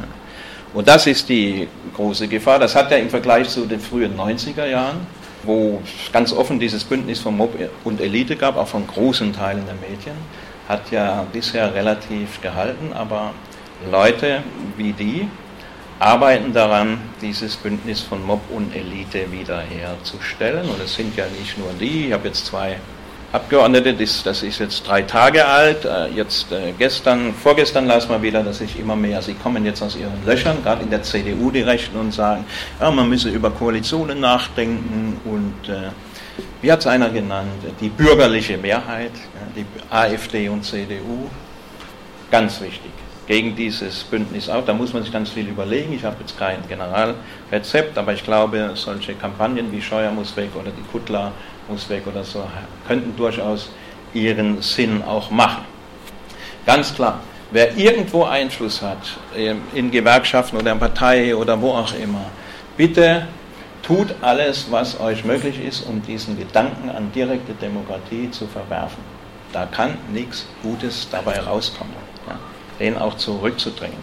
Und das ist die große Gefahr. Das hat ja im Vergleich zu den frühen neunziger Jahren, wo ganz offen dieses Bündnis von Mob und Elite gab, auch von großen Teilen der Medien, hat ja bisher relativ gehalten, aber Leute wie die arbeiten daran, dieses Bündnis von Mob und Elite wiederherzustellen. Und es sind ja nicht nur die, ich habe jetzt zwei Abgeordnete, das ist jetzt drei Tage alt, jetzt gestern, vorgestern las man wieder, dass sich immer mehr, sie kommen jetzt aus ihren Löchern, gerade in der C D U, die Rechten, und sagen, ja, man müsse über Koalitionen nachdenken und äh, wie hat es einer genannt, die bürgerliche Mehrheit, die AfD und C D U, ganz wichtig, gegen dieses Bündnis auch, da muss man sich ganz viel überlegen, ich habe jetzt kein Generalrezept, aber ich glaube, solche Kampagnen wie Scheuer muss weg oder die Kuttler muss weg oder so, könnten durchaus ihren Sinn auch machen. Ganz klar, wer irgendwo Einfluss hat, in Gewerkschaften oder in Partei oder wo auch immer, bitte tut alles, was euch möglich ist, um diesen Gedanken an direkte Demokratie zu verwerfen. Da kann nichts Gutes dabei rauskommen, ja, den auch zurückzudrängen.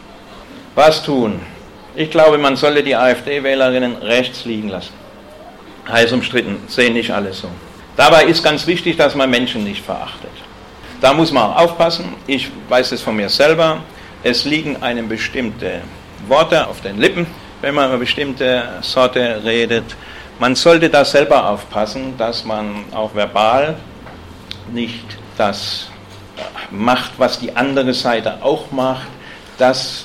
Was tun? Ich glaube, man sollte die AfD-Wählerinnen rechts liegen lassen. Heiß umstritten, sehen nicht alle so. Dabei ist ganz wichtig, dass man Menschen nicht verachtet. Da muss man auch aufpassen, ich weiß es von mir selber, es liegen einem bestimmte Worte auf den Lippen, wenn man über bestimmte Sorte redet. Man sollte da selber aufpassen, dass man auch verbal nicht das macht, was die andere Seite auch macht. Das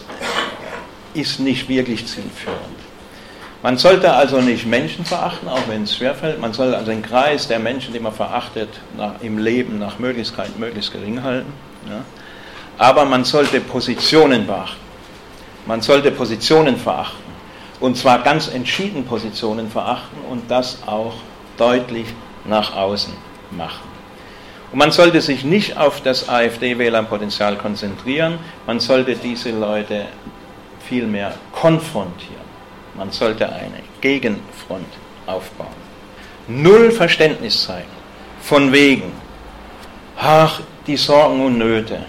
ist nicht wirklich zielführend. Man sollte also nicht Menschen verachten, auch wenn es schwerfällt. Man soll also den Kreis der Menschen, die man verachtet, nach, im Leben nach Möglichkeit möglichst gering halten. Ja. Aber man sollte Positionen beachten. Man sollte Positionen verachten. Und zwar ganz entschieden Positionen verachten und das auch deutlich nach außen machen. Und man sollte sich nicht auf das AfD-Wählerpotenzial konzentrieren. Man sollte diese Leute vielmehr konfrontieren. Man sollte eine Gegenfront aufbauen. Null Verständnis zeigen. Von wegen, ach, die Sorgen und Nöte.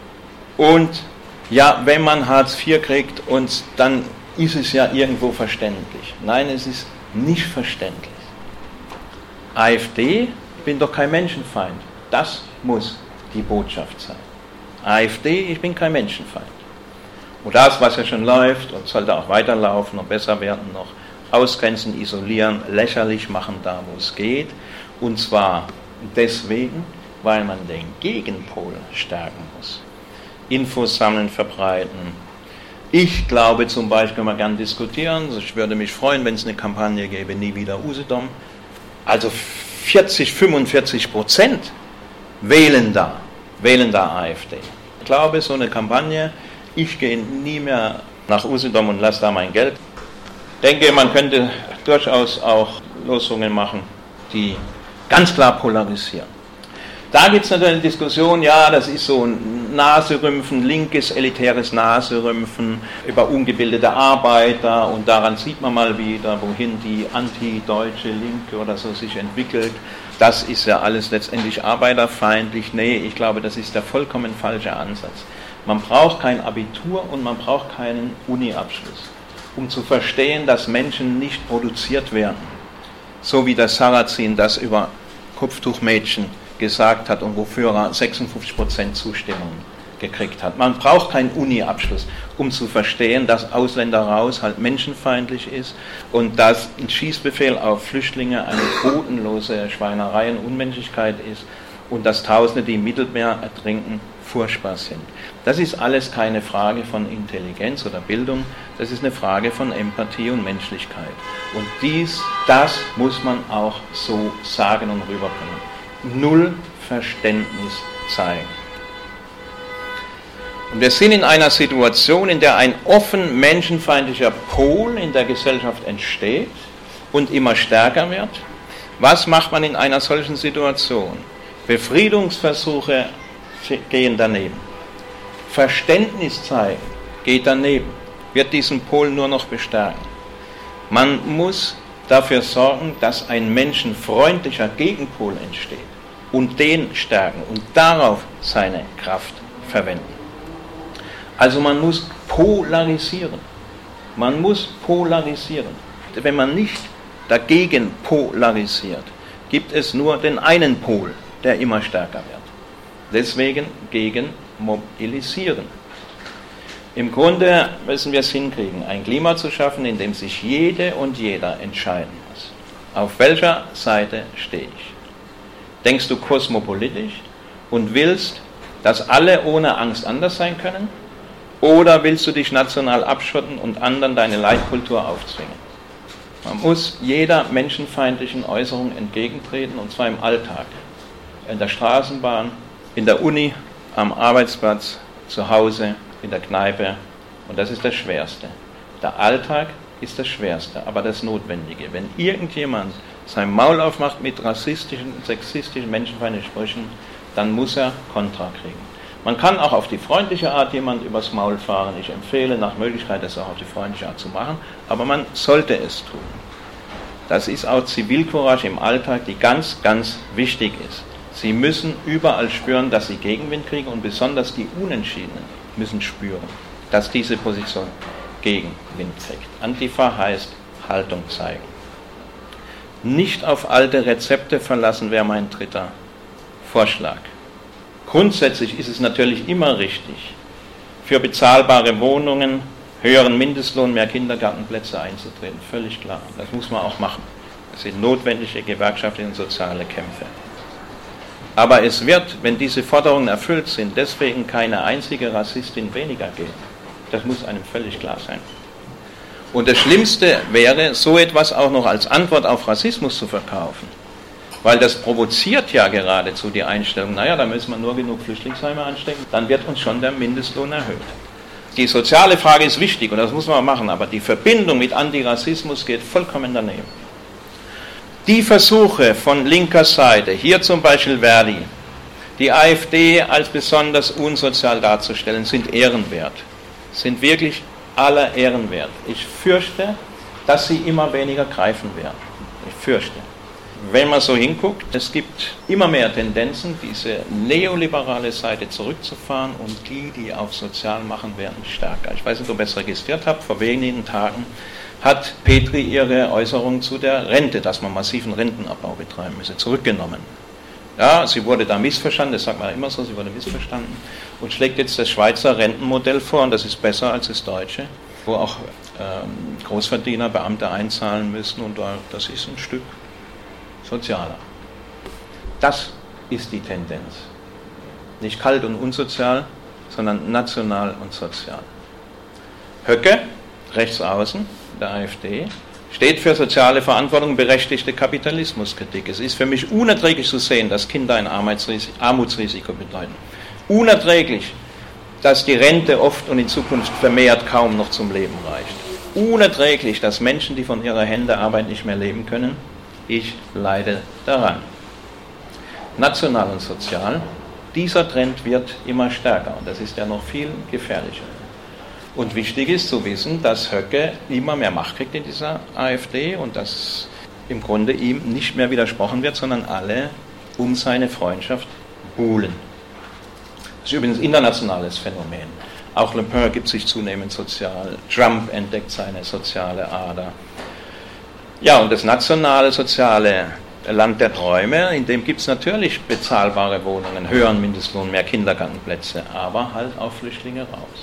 Und ja, wenn man Hartz vier kriegt, und dann ist es ja irgendwo verständlich. Nein, es ist nicht verständlich. AfD, ich bin doch kein Menschenfeind. Das muss die Botschaft sein. AfD, ich bin kein Menschenfeind. Und das, was ja schon läuft und sollte auch weiterlaufen, noch besser werden, noch ausgrenzen, isolieren, lächerlich machen, da wo es geht. Und zwar deswegen, weil man den Gegenpol stärken muss. Infos sammeln, verbreiten. Ich glaube zum Beispiel, können wir gerne diskutieren, ich würde mich freuen, wenn es eine Kampagne gäbe, nie wieder Usedom. Also vierzig, fünfundvierzig Prozent wählen da, wählen da AfD. Ich glaube, so eine Kampagne, ich gehe nie mehr nach Usedom und lasse da mein Geld. Ich denke, man könnte durchaus auch Losungen machen, die ganz klar polarisieren. Da gibt es natürlich eine Diskussion, ja, das ist so ein Naserümpfen, linkes, elitäres Naserümpfen über ungebildete Arbeiter und daran sieht man mal wieder, wohin die antideutsche Linke oder so sich entwickelt. Das ist ja alles letztendlich arbeiterfeindlich. Nee, ich glaube, das ist der vollkommen falsche Ansatz. Man braucht kein Abitur und man braucht keinen Uni-Abschluss, um zu verstehen, dass Menschen nicht produziert werden. So wie der Sarrazin das über Kopftuchmädchen gesagt hat und wofür er sechsundfünfzig Prozent Zustimmung gekriegt hat. Man braucht keinen Uni-Abschluss, um zu verstehen, dass Ausländer raus halt menschenfeindlich ist und dass ein Schießbefehl auf Flüchtlinge eine bodenlose Schweinerei und Unmenschlichkeit ist und dass Tausende, die im Mittelmeer ertrinken, furchtbar sind. Das ist alles keine Frage von Intelligenz oder Bildung, das ist eine Frage von Empathie und Menschlichkeit. Und dies, das muss man auch so sagen und rüberbringen. Null Verständnis zeigen. Und wir sind in einer Situation, in der ein offen menschenfeindlicher Pol in der Gesellschaft entsteht und immer stärker wird. Was macht man in einer solchen Situation? Befriedungsversuche gehen daneben. Verständnis zeigen geht daneben, wird diesen Pol nur noch bestärken. Man muss dafür sorgen, dass ein menschenfreundlicher Gegenpol entsteht und den stärken und darauf seine Kraft verwenden. Also man muss polarisieren. Man muss polarisieren. Wenn man nicht dagegen polarisiert, gibt es nur den einen Pol, der immer stärker wird. Deswegen gegen mobilisieren. Im Grunde müssen wir es hinkriegen, ein Klima zu schaffen, in dem sich jede und jeder entscheiden muss. Auf welcher Seite stehe ich? Denkst du kosmopolitisch und willst, dass alle ohne Angst anders sein können? Oder willst du dich national abschotten und anderen deine Leitkultur aufzwingen? Man muss jeder menschenfeindlichen Äußerung entgegentreten, und zwar im Alltag. In der Straßenbahn, in der Uni, am Arbeitsplatz, zu Hause, in der Kneipe, und das ist das Schwerste. Der Alltag ist das Schwerste, aber das Notwendige. Wenn irgendjemand sein Maul aufmacht mit rassistischen, sexistischen, menschenfeindlichen Sprüchen, dann muss er Kontra kriegen. Man kann auch auf die freundliche Art jemand übers Maul fahren. Ich empfehle nach Möglichkeit, das auch auf die freundliche Art zu machen, aber man sollte es tun. Das ist auch Zivilcourage im Alltag, die ganz, ganz wichtig ist. Sie müssen überall spüren, dass sie Gegenwind kriegen, und besonders die Unentschiedenen müssen spüren, dass diese Position Gegenwind kriegt. Antifa heißt Haltung zeigen. Nicht auf alte Rezepte verlassen wäre mein dritter Vorschlag. Grundsätzlich ist es natürlich immer richtig, für bezahlbare Wohnungen, höheren Mindestlohn, mehr Kindergartenplätze einzutreten. Völlig klar. Das muss man auch machen. Das sind notwendige gewerkschaftliche und soziale Kämpfe. Aber es wird, wenn diese Forderungen erfüllt sind, deswegen keine einzige Rassistin weniger geben. Das muss einem völlig klar sein. Und das Schlimmste wäre, so etwas auch noch als Antwort auf Rassismus zu verkaufen. Weil das provoziert ja geradezu die Einstellung, naja, da müssen wir nur genug Flüchtlingsheime anstecken, dann wird uns schon der Mindestlohn erhöht. Die soziale Frage ist wichtig und das muss man machen, aber die Verbindung mit Antirassismus geht vollkommen daneben. Die Versuche von linker Seite, hier zum Beispiel Verdi, die AfD als besonders unsozial darzustellen, sind ehrenwert, sind wirklich aller Ehren wert. Ich fürchte, dass sie immer weniger greifen werden. Ich fürchte. Wenn man so hinguckt, es gibt immer mehr Tendenzen, diese neoliberale Seite zurückzufahren, und die, die auf sozial machen, werden stärker. Ich weiß nicht, ob ihr es registriert habt, vor wenigen Tagen hat Petri ihre Äußerung zu der Rente, dass man massiven Rentenabbau betreiben müsse, zurückgenommen. Ja, sie wurde da missverstanden, das sagt man immer so, sie wurde missverstanden, und schlägt jetzt das Schweizer Rentenmodell vor, und das ist besser als das deutsche, wo auch ähm, Großverdiener Beamte einzahlen müssen, und das ist ein Stück sozialer. Das ist die Tendenz. Nicht kalt und unsozial, sondern national und sozial. Höcke, rechts außen, der AfD, steht für soziale Verantwortung, berechtigte Kapitalismuskritik. Es ist für mich unerträglich zu sehen, dass Kinder ein Armutsrisiko bedeuten. Unerträglich, dass die Rente oft und in Zukunft vermehrt kaum noch zum Leben reicht. Unerträglich, dass Menschen, die von ihrer Hände Arbeit nicht mehr leben können, ich leide daran. National und sozial, dieser Trend wird immer stärker und das ist ja noch viel gefährlicher. Und wichtig ist zu wissen, dass Höcke immer mehr Macht kriegt in dieser AfD und dass im Grunde ihm nicht mehr widersprochen wird, sondern alle um seine Freundschaft buhlen. Das ist übrigens ein internationales Phänomen. Auch Le Pen gibt sich zunehmend sozial, Trump entdeckt seine soziale Ader. Ja, und das nationale, soziale Land der Träume, in dem gibt es natürlich bezahlbare Wohnungen, höheren Mindestlohn, mehr Kindergartenplätze, aber halt auch Flüchtlinge raus.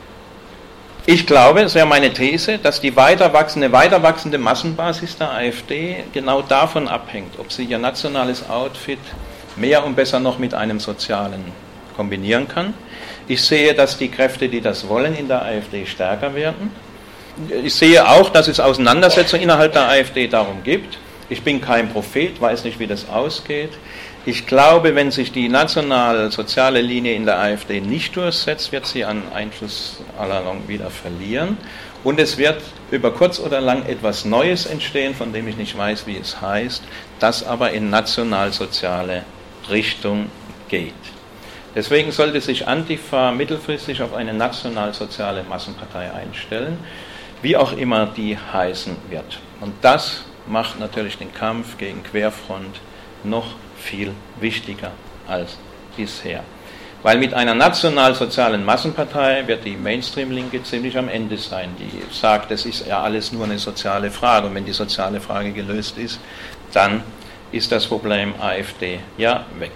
Ich glaube, das wäre meine These, dass die weiter wachsende, weiter wachsende Massenbasis der AfD genau davon abhängt, ob sie ihr nationales Outfit mehr und besser noch mit einem sozialen kombinieren kann. Ich sehe, dass die Kräfte, die das wollen, in der AfD stärker werden. Ich sehe auch, dass es Auseinandersetzungen innerhalb der AfD darum gibt. Ich bin kein Prophet, weiß nicht, wie das ausgeht. Ich glaube, wenn sich die national-soziale Linie in der AfD nicht durchsetzt, wird sie an Einfluss allalong wieder verlieren. Und es wird über kurz oder lang etwas Neues entstehen, von dem ich nicht weiß, wie es heißt, das aber in national-soziale Richtung geht. Deswegen sollte sich Antifa mittelfristig auf eine national-soziale Massenpartei einstellen, wie auch immer die heißen wird. Und das macht natürlich den Kampf gegen Querfront noch viel wichtiger als bisher. Weil mit einer national-sozialen Massenpartei wird die Mainstream-Linke ziemlich am Ende sein, die sagt, das ist ja alles nur eine soziale Frage und wenn die soziale Frage gelöst ist, dann ist das Problem AfD ja weg.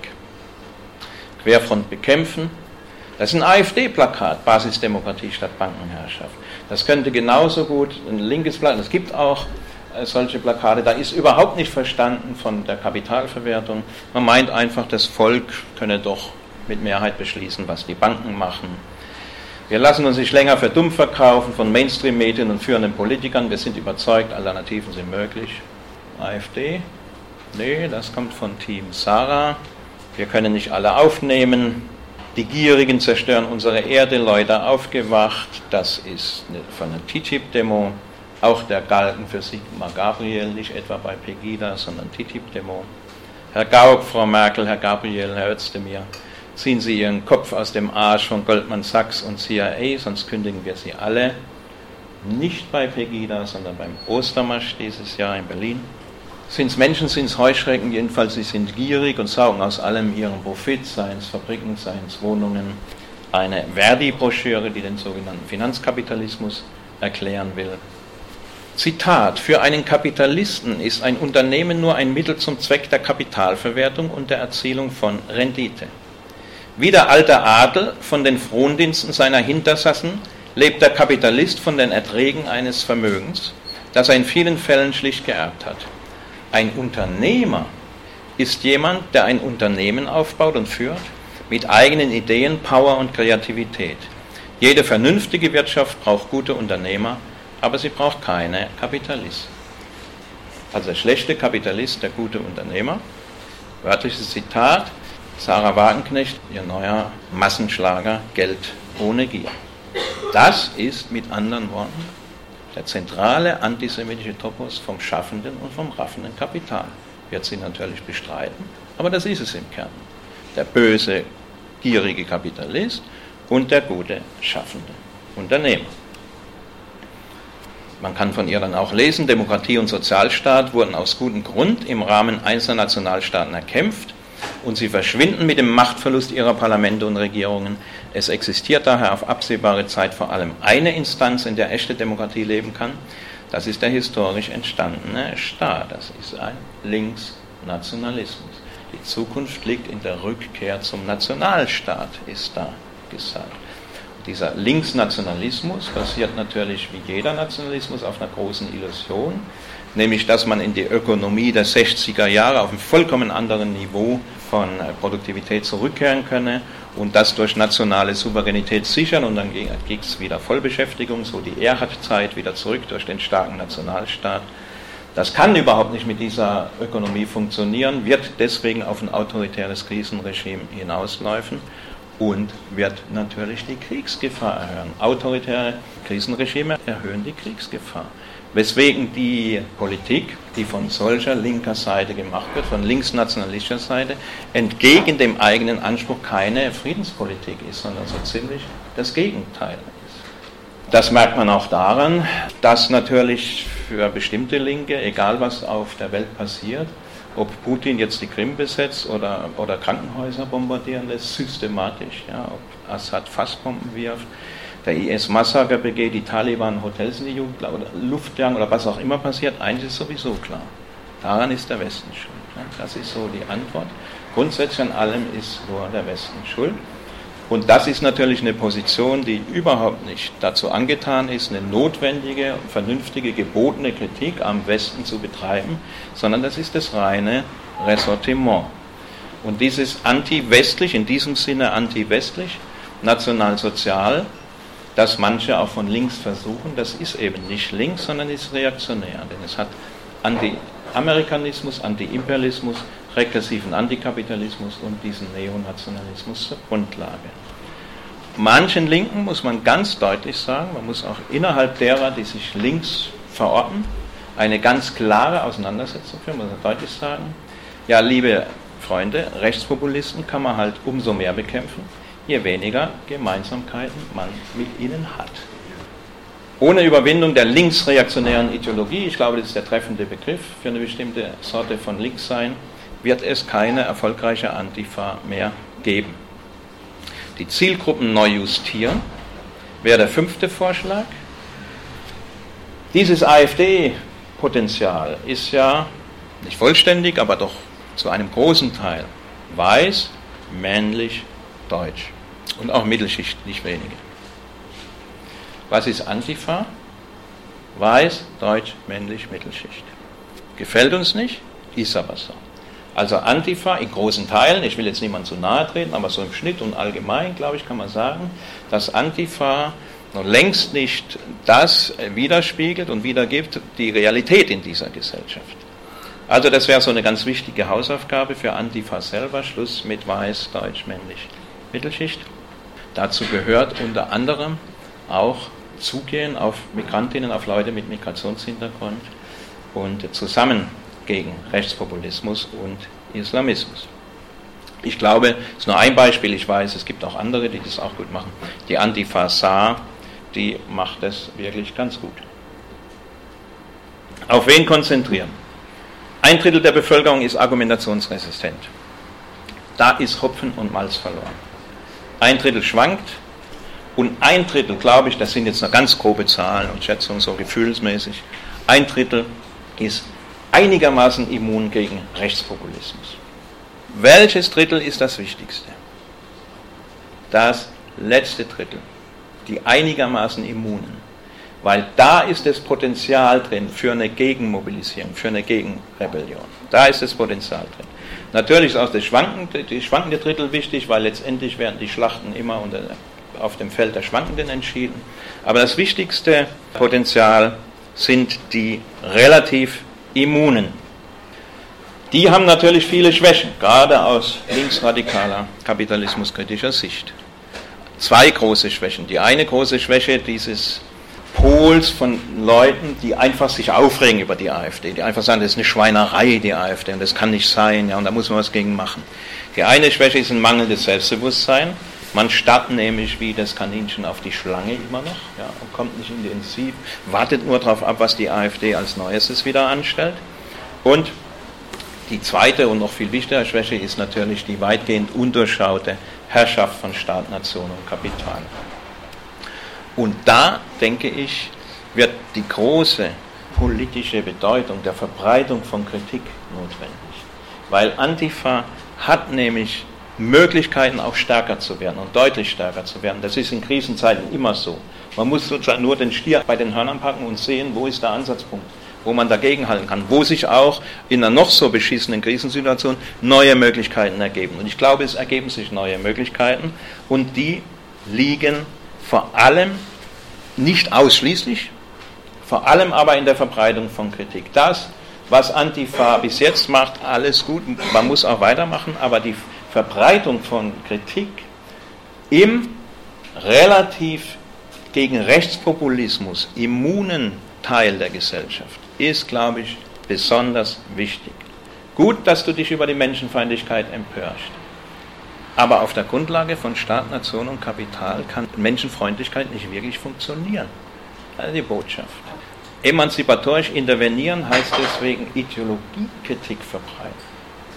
Querfront bekämpfen, das ist ein AfD-Plakat, Basisdemokratie statt Bankenherrschaft. Das könnte genauso gut ein linkes Plakat, es gibt auch solche Plakate, da ist überhaupt nicht verstanden von der Kapitalverwertung. Man meint einfach, das Volk könne doch mit Mehrheit beschließen, was die Banken machen. Wir lassen uns nicht länger für dumm verkaufen von Mainstream-Medien und führenden Politikern. Wir sind überzeugt, Alternativen sind möglich. AfD? Nee, das kommt von Team Sarah. Wir können nicht alle aufnehmen. Die Gierigen zerstören unsere Erde, Leute aufgewacht. Das ist von einer T T I P-Demo. Auch der Galgen für Sigmar Gabriel, nicht etwa bei Pegida, sondern T T I P-Demo. Herr Gauck, Frau Merkel, Herr Gabriel, Herr Özdemir, ziehen Sie Ihren Kopf aus dem Arsch von Goldman Sachs und C I A, sonst kündigen wir Sie alle. Nicht bei Pegida, sondern beim Ostermarsch dieses Jahr in Berlin. Sind es Menschen, sind es Heuschrecken, jedenfalls sie sind gierig und saugen aus allem ihren Profit, seien es Fabriken, seien es Wohnungen. Eine Verdi-Broschüre, die den sogenannten Finanzkapitalismus erklären will. Zitat: Für einen Kapitalisten ist ein Unternehmen nur ein Mittel zum Zweck der Kapitalverwertung und der Erzielung von Rendite. Wie der alte Adel von den Frondiensten seiner Hintersassen lebt der Kapitalist von den Erträgen eines Vermögens, das er in vielen Fällen schlicht geerbt hat. Ein Unternehmer ist jemand, der ein Unternehmen aufbaut und führt, mit eigenen Ideen, Power und Kreativität. Jede vernünftige Wirtschaft braucht gute Unternehmer, aber sie braucht keine Kapitalisten. Also der schlechte Kapitalist, der gute Unternehmer. Wörtliches Zitat, Sarah Wagenknecht, ihr neuer Massenschlager Geld ohne Gier. Das ist mit anderen Worten der zentrale antisemitische Topos vom schaffenden und vom raffenden Kapital. Wird sie natürlich bestreiten, aber das ist es im Kern. Der böse, gierige Kapitalist und der gute, schaffende Unternehmer. Man kann von ihr dann auch lesen, Demokratie und Sozialstaat wurden aus gutem Grund im Rahmen einzelner Nationalstaaten erkämpft und sie verschwinden mit dem Machtverlust ihrer Parlamente und Regierungen. Es existiert daher auf absehbare Zeit vor allem eine Instanz, in der echte Demokratie leben kann. Das ist der historisch entstandene Staat. Das ist ein Linksnationalismus. Die Zukunft liegt in der Rückkehr zum Nationalstaat, ist da gesagt. Dieser Linksnationalismus basiert natürlich wie jeder Nationalismus auf einer großen Illusion, nämlich dass man in die Ökonomie der sechziger Jahre auf einem vollkommen anderen Niveau von Produktivität zurückkehren könne und das durch nationale Souveränität sichern, und dann gibt es wieder Vollbeschäftigung, so die Erhard-Zeit wieder zurück durch den starken Nationalstaat. Das kann überhaupt nicht mit dieser Ökonomie funktionieren, wird deswegen auf ein autoritäres Krisenregime hinausläufen und wird natürlich die Kriegsgefahr erhöhen. Autoritäre Krisenregime erhöhen die Kriegsgefahr. Weswegen die Politik, die von solcher linker Seite gemacht wird, von linksnationalistischer Seite, entgegen dem eigenen Anspruch keine Friedenspolitik ist, sondern so ziemlich das Gegenteil ist. Das merkt man auch daran, dass natürlich für bestimmte Linke, egal was auf der Welt passiert, ob Putin jetzt die Krim besetzt oder, oder Krankenhäuser bombardieren lässt, systematisch, ja, ob Assad Fassbomben wirft, der I S Massaker begeht, die Taliban Hotels in die Jugend oder Luftjagd oder was auch immer passiert, eins ist sowieso klar. Daran ist der Westen schuld. Das ist so die Antwort. Grundsätzlich an allem ist nur der Westen schuld. Und das ist natürlich eine Position, die überhaupt nicht dazu angetan ist, eine notwendige, vernünftige, gebotene Kritik am Westen zu betreiben, sondern das ist das reine Ressentiment. Und dieses anti-westlich, in diesem Sinne anti-westlich, nationalsozial, das manche auch von links versuchen, das ist eben nicht links, sondern ist reaktionär. Denn es hat Anti-Amerikanismus, Anti-Imperialismus, regressiven Antikapitalismus und diesen Neonationalismus zur Grundlage. Manchen Linken muss man ganz deutlich sagen, man muss auch innerhalb derer, die sich links verorten, eine ganz klare Auseinandersetzung führen, muss man deutlich sagen, ja, liebe Freunde, Rechtspopulisten kann man halt umso mehr bekämpfen, je weniger Gemeinsamkeiten man mit ihnen hat. Ohne Überwindung der linksreaktionären Ideologie, ich glaube, das ist der treffende Begriff für eine bestimmte Sorte von Linkssein, wird es keine erfolgreiche Antifa mehr geben. Die Zielgruppen neu justieren wäre der fünfte Vorschlag. Dieses AfD-Potenzial ist ja nicht vollständig, aber doch zu einem großen Teil weiß, männlich, deutsch und auch Mittelschicht, nicht wenige. Was ist Antifa? Weiß, deutsch, männlich, Mittelschicht. Gefällt uns nicht, ist aber so. Also Antifa in großen Teilen, ich will jetzt niemand zu nahe treten, aber so im Schnitt und allgemein, glaube ich, kann man sagen, dass Antifa noch längst nicht das widerspiegelt und wiedergibt, die Realität in dieser Gesellschaft. Also das wäre so eine ganz wichtige Hausaufgabe für Antifa selber, Schluss mit weiß, deutsch, männlich, Mittelschicht. Dazu gehört unter anderem auch Zugehen auf Migrantinnen, auf Leute mit Migrationshintergrund und zusammen gegen Rechtspopulismus und Islamismus. Ich glaube, das ist nur ein Beispiel, ich weiß, es gibt auch andere, die das auch gut machen. Die Antifa Saar, die macht das wirklich ganz gut. Auf wen konzentrieren? Ein Drittel der Bevölkerung ist argumentationsresistent. Da ist Hopfen und Malz verloren. Ein Drittel schwankt und ein Drittel, glaube ich, das sind jetzt noch ganz grobe Zahlen und Schätzungen, so gefühlsmäßig, ein Drittel ist einigermaßen immun gegen Rechtspopulismus. Welches Drittel ist das Wichtigste? Das letzte Drittel, die einigermaßen immunen. Weil da ist das Potenzial drin für eine Gegenmobilisierung, für eine Gegenrebellion. Da ist das Potenzial drin. Natürlich ist auch das schwankende, die schwankende Drittel wichtig, weil letztendlich werden die Schlachten immer unter, auf dem Feld der Schwankenden entschieden. Aber das wichtigste Potenzial sind die relativ Immunen. Die haben natürlich viele Schwächen, gerade aus linksradikaler, kapitalismuskritischer Sicht. Zwei große Schwächen. Die eine große Schwäche dieses Pols von Leuten, die einfach sich aufregen über die AfD, die einfach sagen, das ist eine Schweinerei, die AfD, und das kann nicht sein, ja, und da muss man was gegen machen. Die eine Schwäche ist ein mangelndes Selbstbewusstsein. Man starrt nämlich wie das Kaninchen auf die Schlange immer noch, ja, und kommt nicht intensiv, wartet nur darauf ab, was die AfD als Neuestes wieder anstellt. Und die zweite und noch viel wichtigere Schwäche ist natürlich die weitgehend undurchschaute Herrschaft von Staat, Nation und Kapital. Und da, denke ich, wird die große politische Bedeutung der Verbreitung von Kritik notwendig. Weil Antifa hat nämlich Möglichkeiten auch stärker zu werden und deutlich stärker zu werden. Das ist in Krisenzeiten immer so. Man muss sozusagen nur den Stier bei den Hörnern packen und sehen, wo ist der Ansatzpunkt, wo man dagegenhalten kann, wo sich auch in einer noch so beschissenen Krisensituation neue Möglichkeiten ergeben. Und ich glaube, es ergeben sich neue Möglichkeiten und die liegen vor allem, nicht ausschließlich, vor allem aber in der Verbreitung von Kritik. Das, was Antifa bis jetzt macht, alles gut, man muss auch weitermachen, aber die Verbreitung von Kritik im relativ gegen Rechtspopulismus immunen Teil der Gesellschaft ist, glaube ich, besonders wichtig. Gut, dass du dich über die Menschenfeindlichkeit empörst, aber auf der Grundlage von Staat, Nation und Kapital kann Menschenfreundlichkeit nicht wirklich funktionieren. Das ist die Botschaft. Emanzipatorisch intervenieren heißt deswegen Ideologiekritik verbreiten.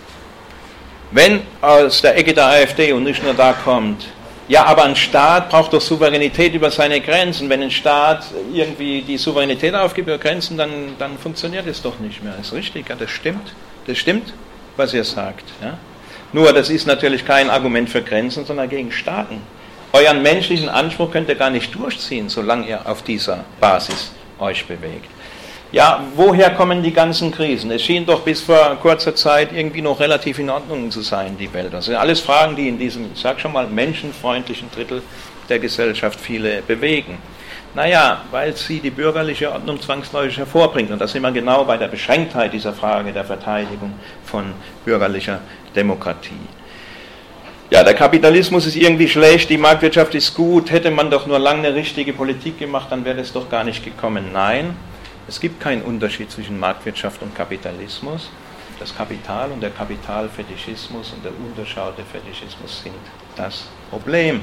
Wenn aus der Ecke der AfD und nicht nur da kommt, ja, aber ein Staat braucht doch Souveränität über seine Grenzen. Wenn ein Staat irgendwie die Souveränität aufgibt über Grenzen, dann, dann funktioniert es doch nicht mehr. Das ist richtig, ja, das stimmt. Das stimmt, was ihr sagt. Ja. Nur, das ist natürlich kein Argument für Grenzen, sondern gegen Staaten. Euren menschlichen Anspruch könnt ihr gar nicht durchziehen, solange ihr auf dieser Basis euch bewegt. Ja, woher kommen die ganzen Krisen? Es schien doch bis vor kurzer Zeit irgendwie noch relativ in Ordnung zu sein, die Welt. Das sind alles Fragen, die in diesem, ich sag schon mal, menschenfreundlichen Drittel der Gesellschaft viele bewegen. Naja, weil sie die bürgerliche Ordnung zwangsläufig hervorbringt. Und da sind wir genau bei der Beschränktheit dieser Frage der Verteidigung von bürgerlicher Demokratie. Ja, der Kapitalismus ist irgendwie schlecht, die Marktwirtschaft ist gut, hätte man doch nur lange eine richtige Politik gemacht, dann wäre das doch gar nicht gekommen. Nein. Es gibt keinen Unterschied zwischen Marktwirtschaft und Kapitalismus. Das Kapital und der Kapitalfetischismus und der unterschaute Fetischismus sind das Problem.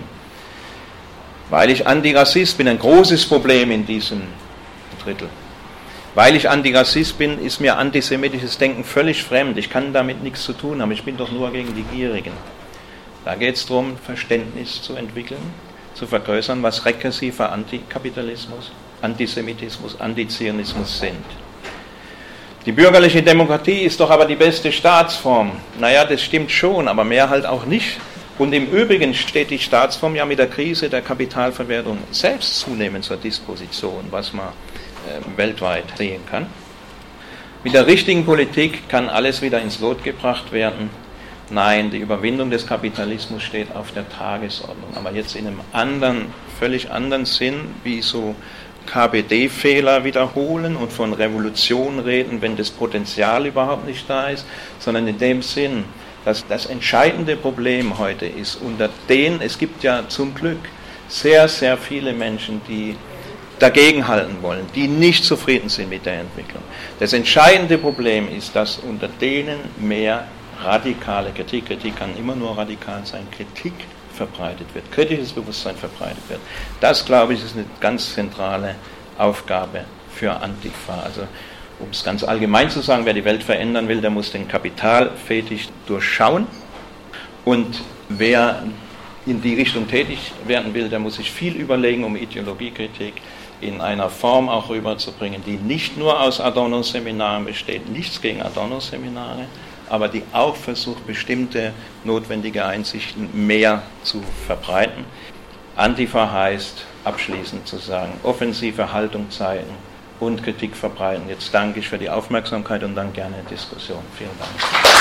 Weil ich Antirassist bin, ein großes Problem in diesem Drittel. Weil ich Antirassist bin, ist mir antisemitisches Denken völlig fremd. Ich kann damit nichts zu tun haben, ich bin doch nur gegen die Gierigen. Da geht es darum, Verständnis zu entwickeln, zu vergrößern, was rekursiver Antikapitalismus, Antisemitismus, Antizionismus sind. Die bürgerliche Demokratie ist doch aber die beste Staatsform. Naja, das stimmt schon, aber mehr halt auch nicht. Und im Übrigen steht die Staatsform ja mit der Krise der Kapitalverwertung selbst zunehmend zur Disposition, was man äh, weltweit sehen kann. Mit der richtigen Politik kann alles wieder ins Lot gebracht werden. Nein, die Überwindung des Kapitalismus steht auf der Tagesordnung, aber jetzt in einem anderen, völlig anderen Sinn, wie so K P D-Fehler wiederholen und von Revolution reden, wenn das Potenzial überhaupt nicht da ist, sondern in dem Sinn, dass das entscheidende Problem heute ist, unter denen, es gibt ja zum Glück sehr, sehr viele Menschen, die dagegenhalten wollen, die nicht zufrieden sind mit der Entwicklung. Das entscheidende Problem ist, dass unter denen mehr radikale Kritik, Kritik kann immer nur radikal sein, Kritik verbreitet wird, kritisches Bewusstsein verbreitet wird. Das, glaube ich, ist eine ganz zentrale Aufgabe für Antifa. Also, um es ganz allgemein zu sagen, wer die Welt verändern will, der muss den Kapitalfetisch durchschauen, und wer in die Richtung tätig werden will, der muss sich viel überlegen, um Ideologiekritik in einer Form auch rüberzubringen, die nicht nur aus Adorno-Seminaren besteht, nichts gegen Adorno-Seminare, aber die auch versucht, bestimmte notwendige Einsichten mehr zu verbreiten. Antifa heißt, abschließend zu sagen, offensive Haltung zeigen und Kritik verbreiten. Jetzt danke ich für die Aufmerksamkeit und dann gerne Diskussion. Vielen Dank.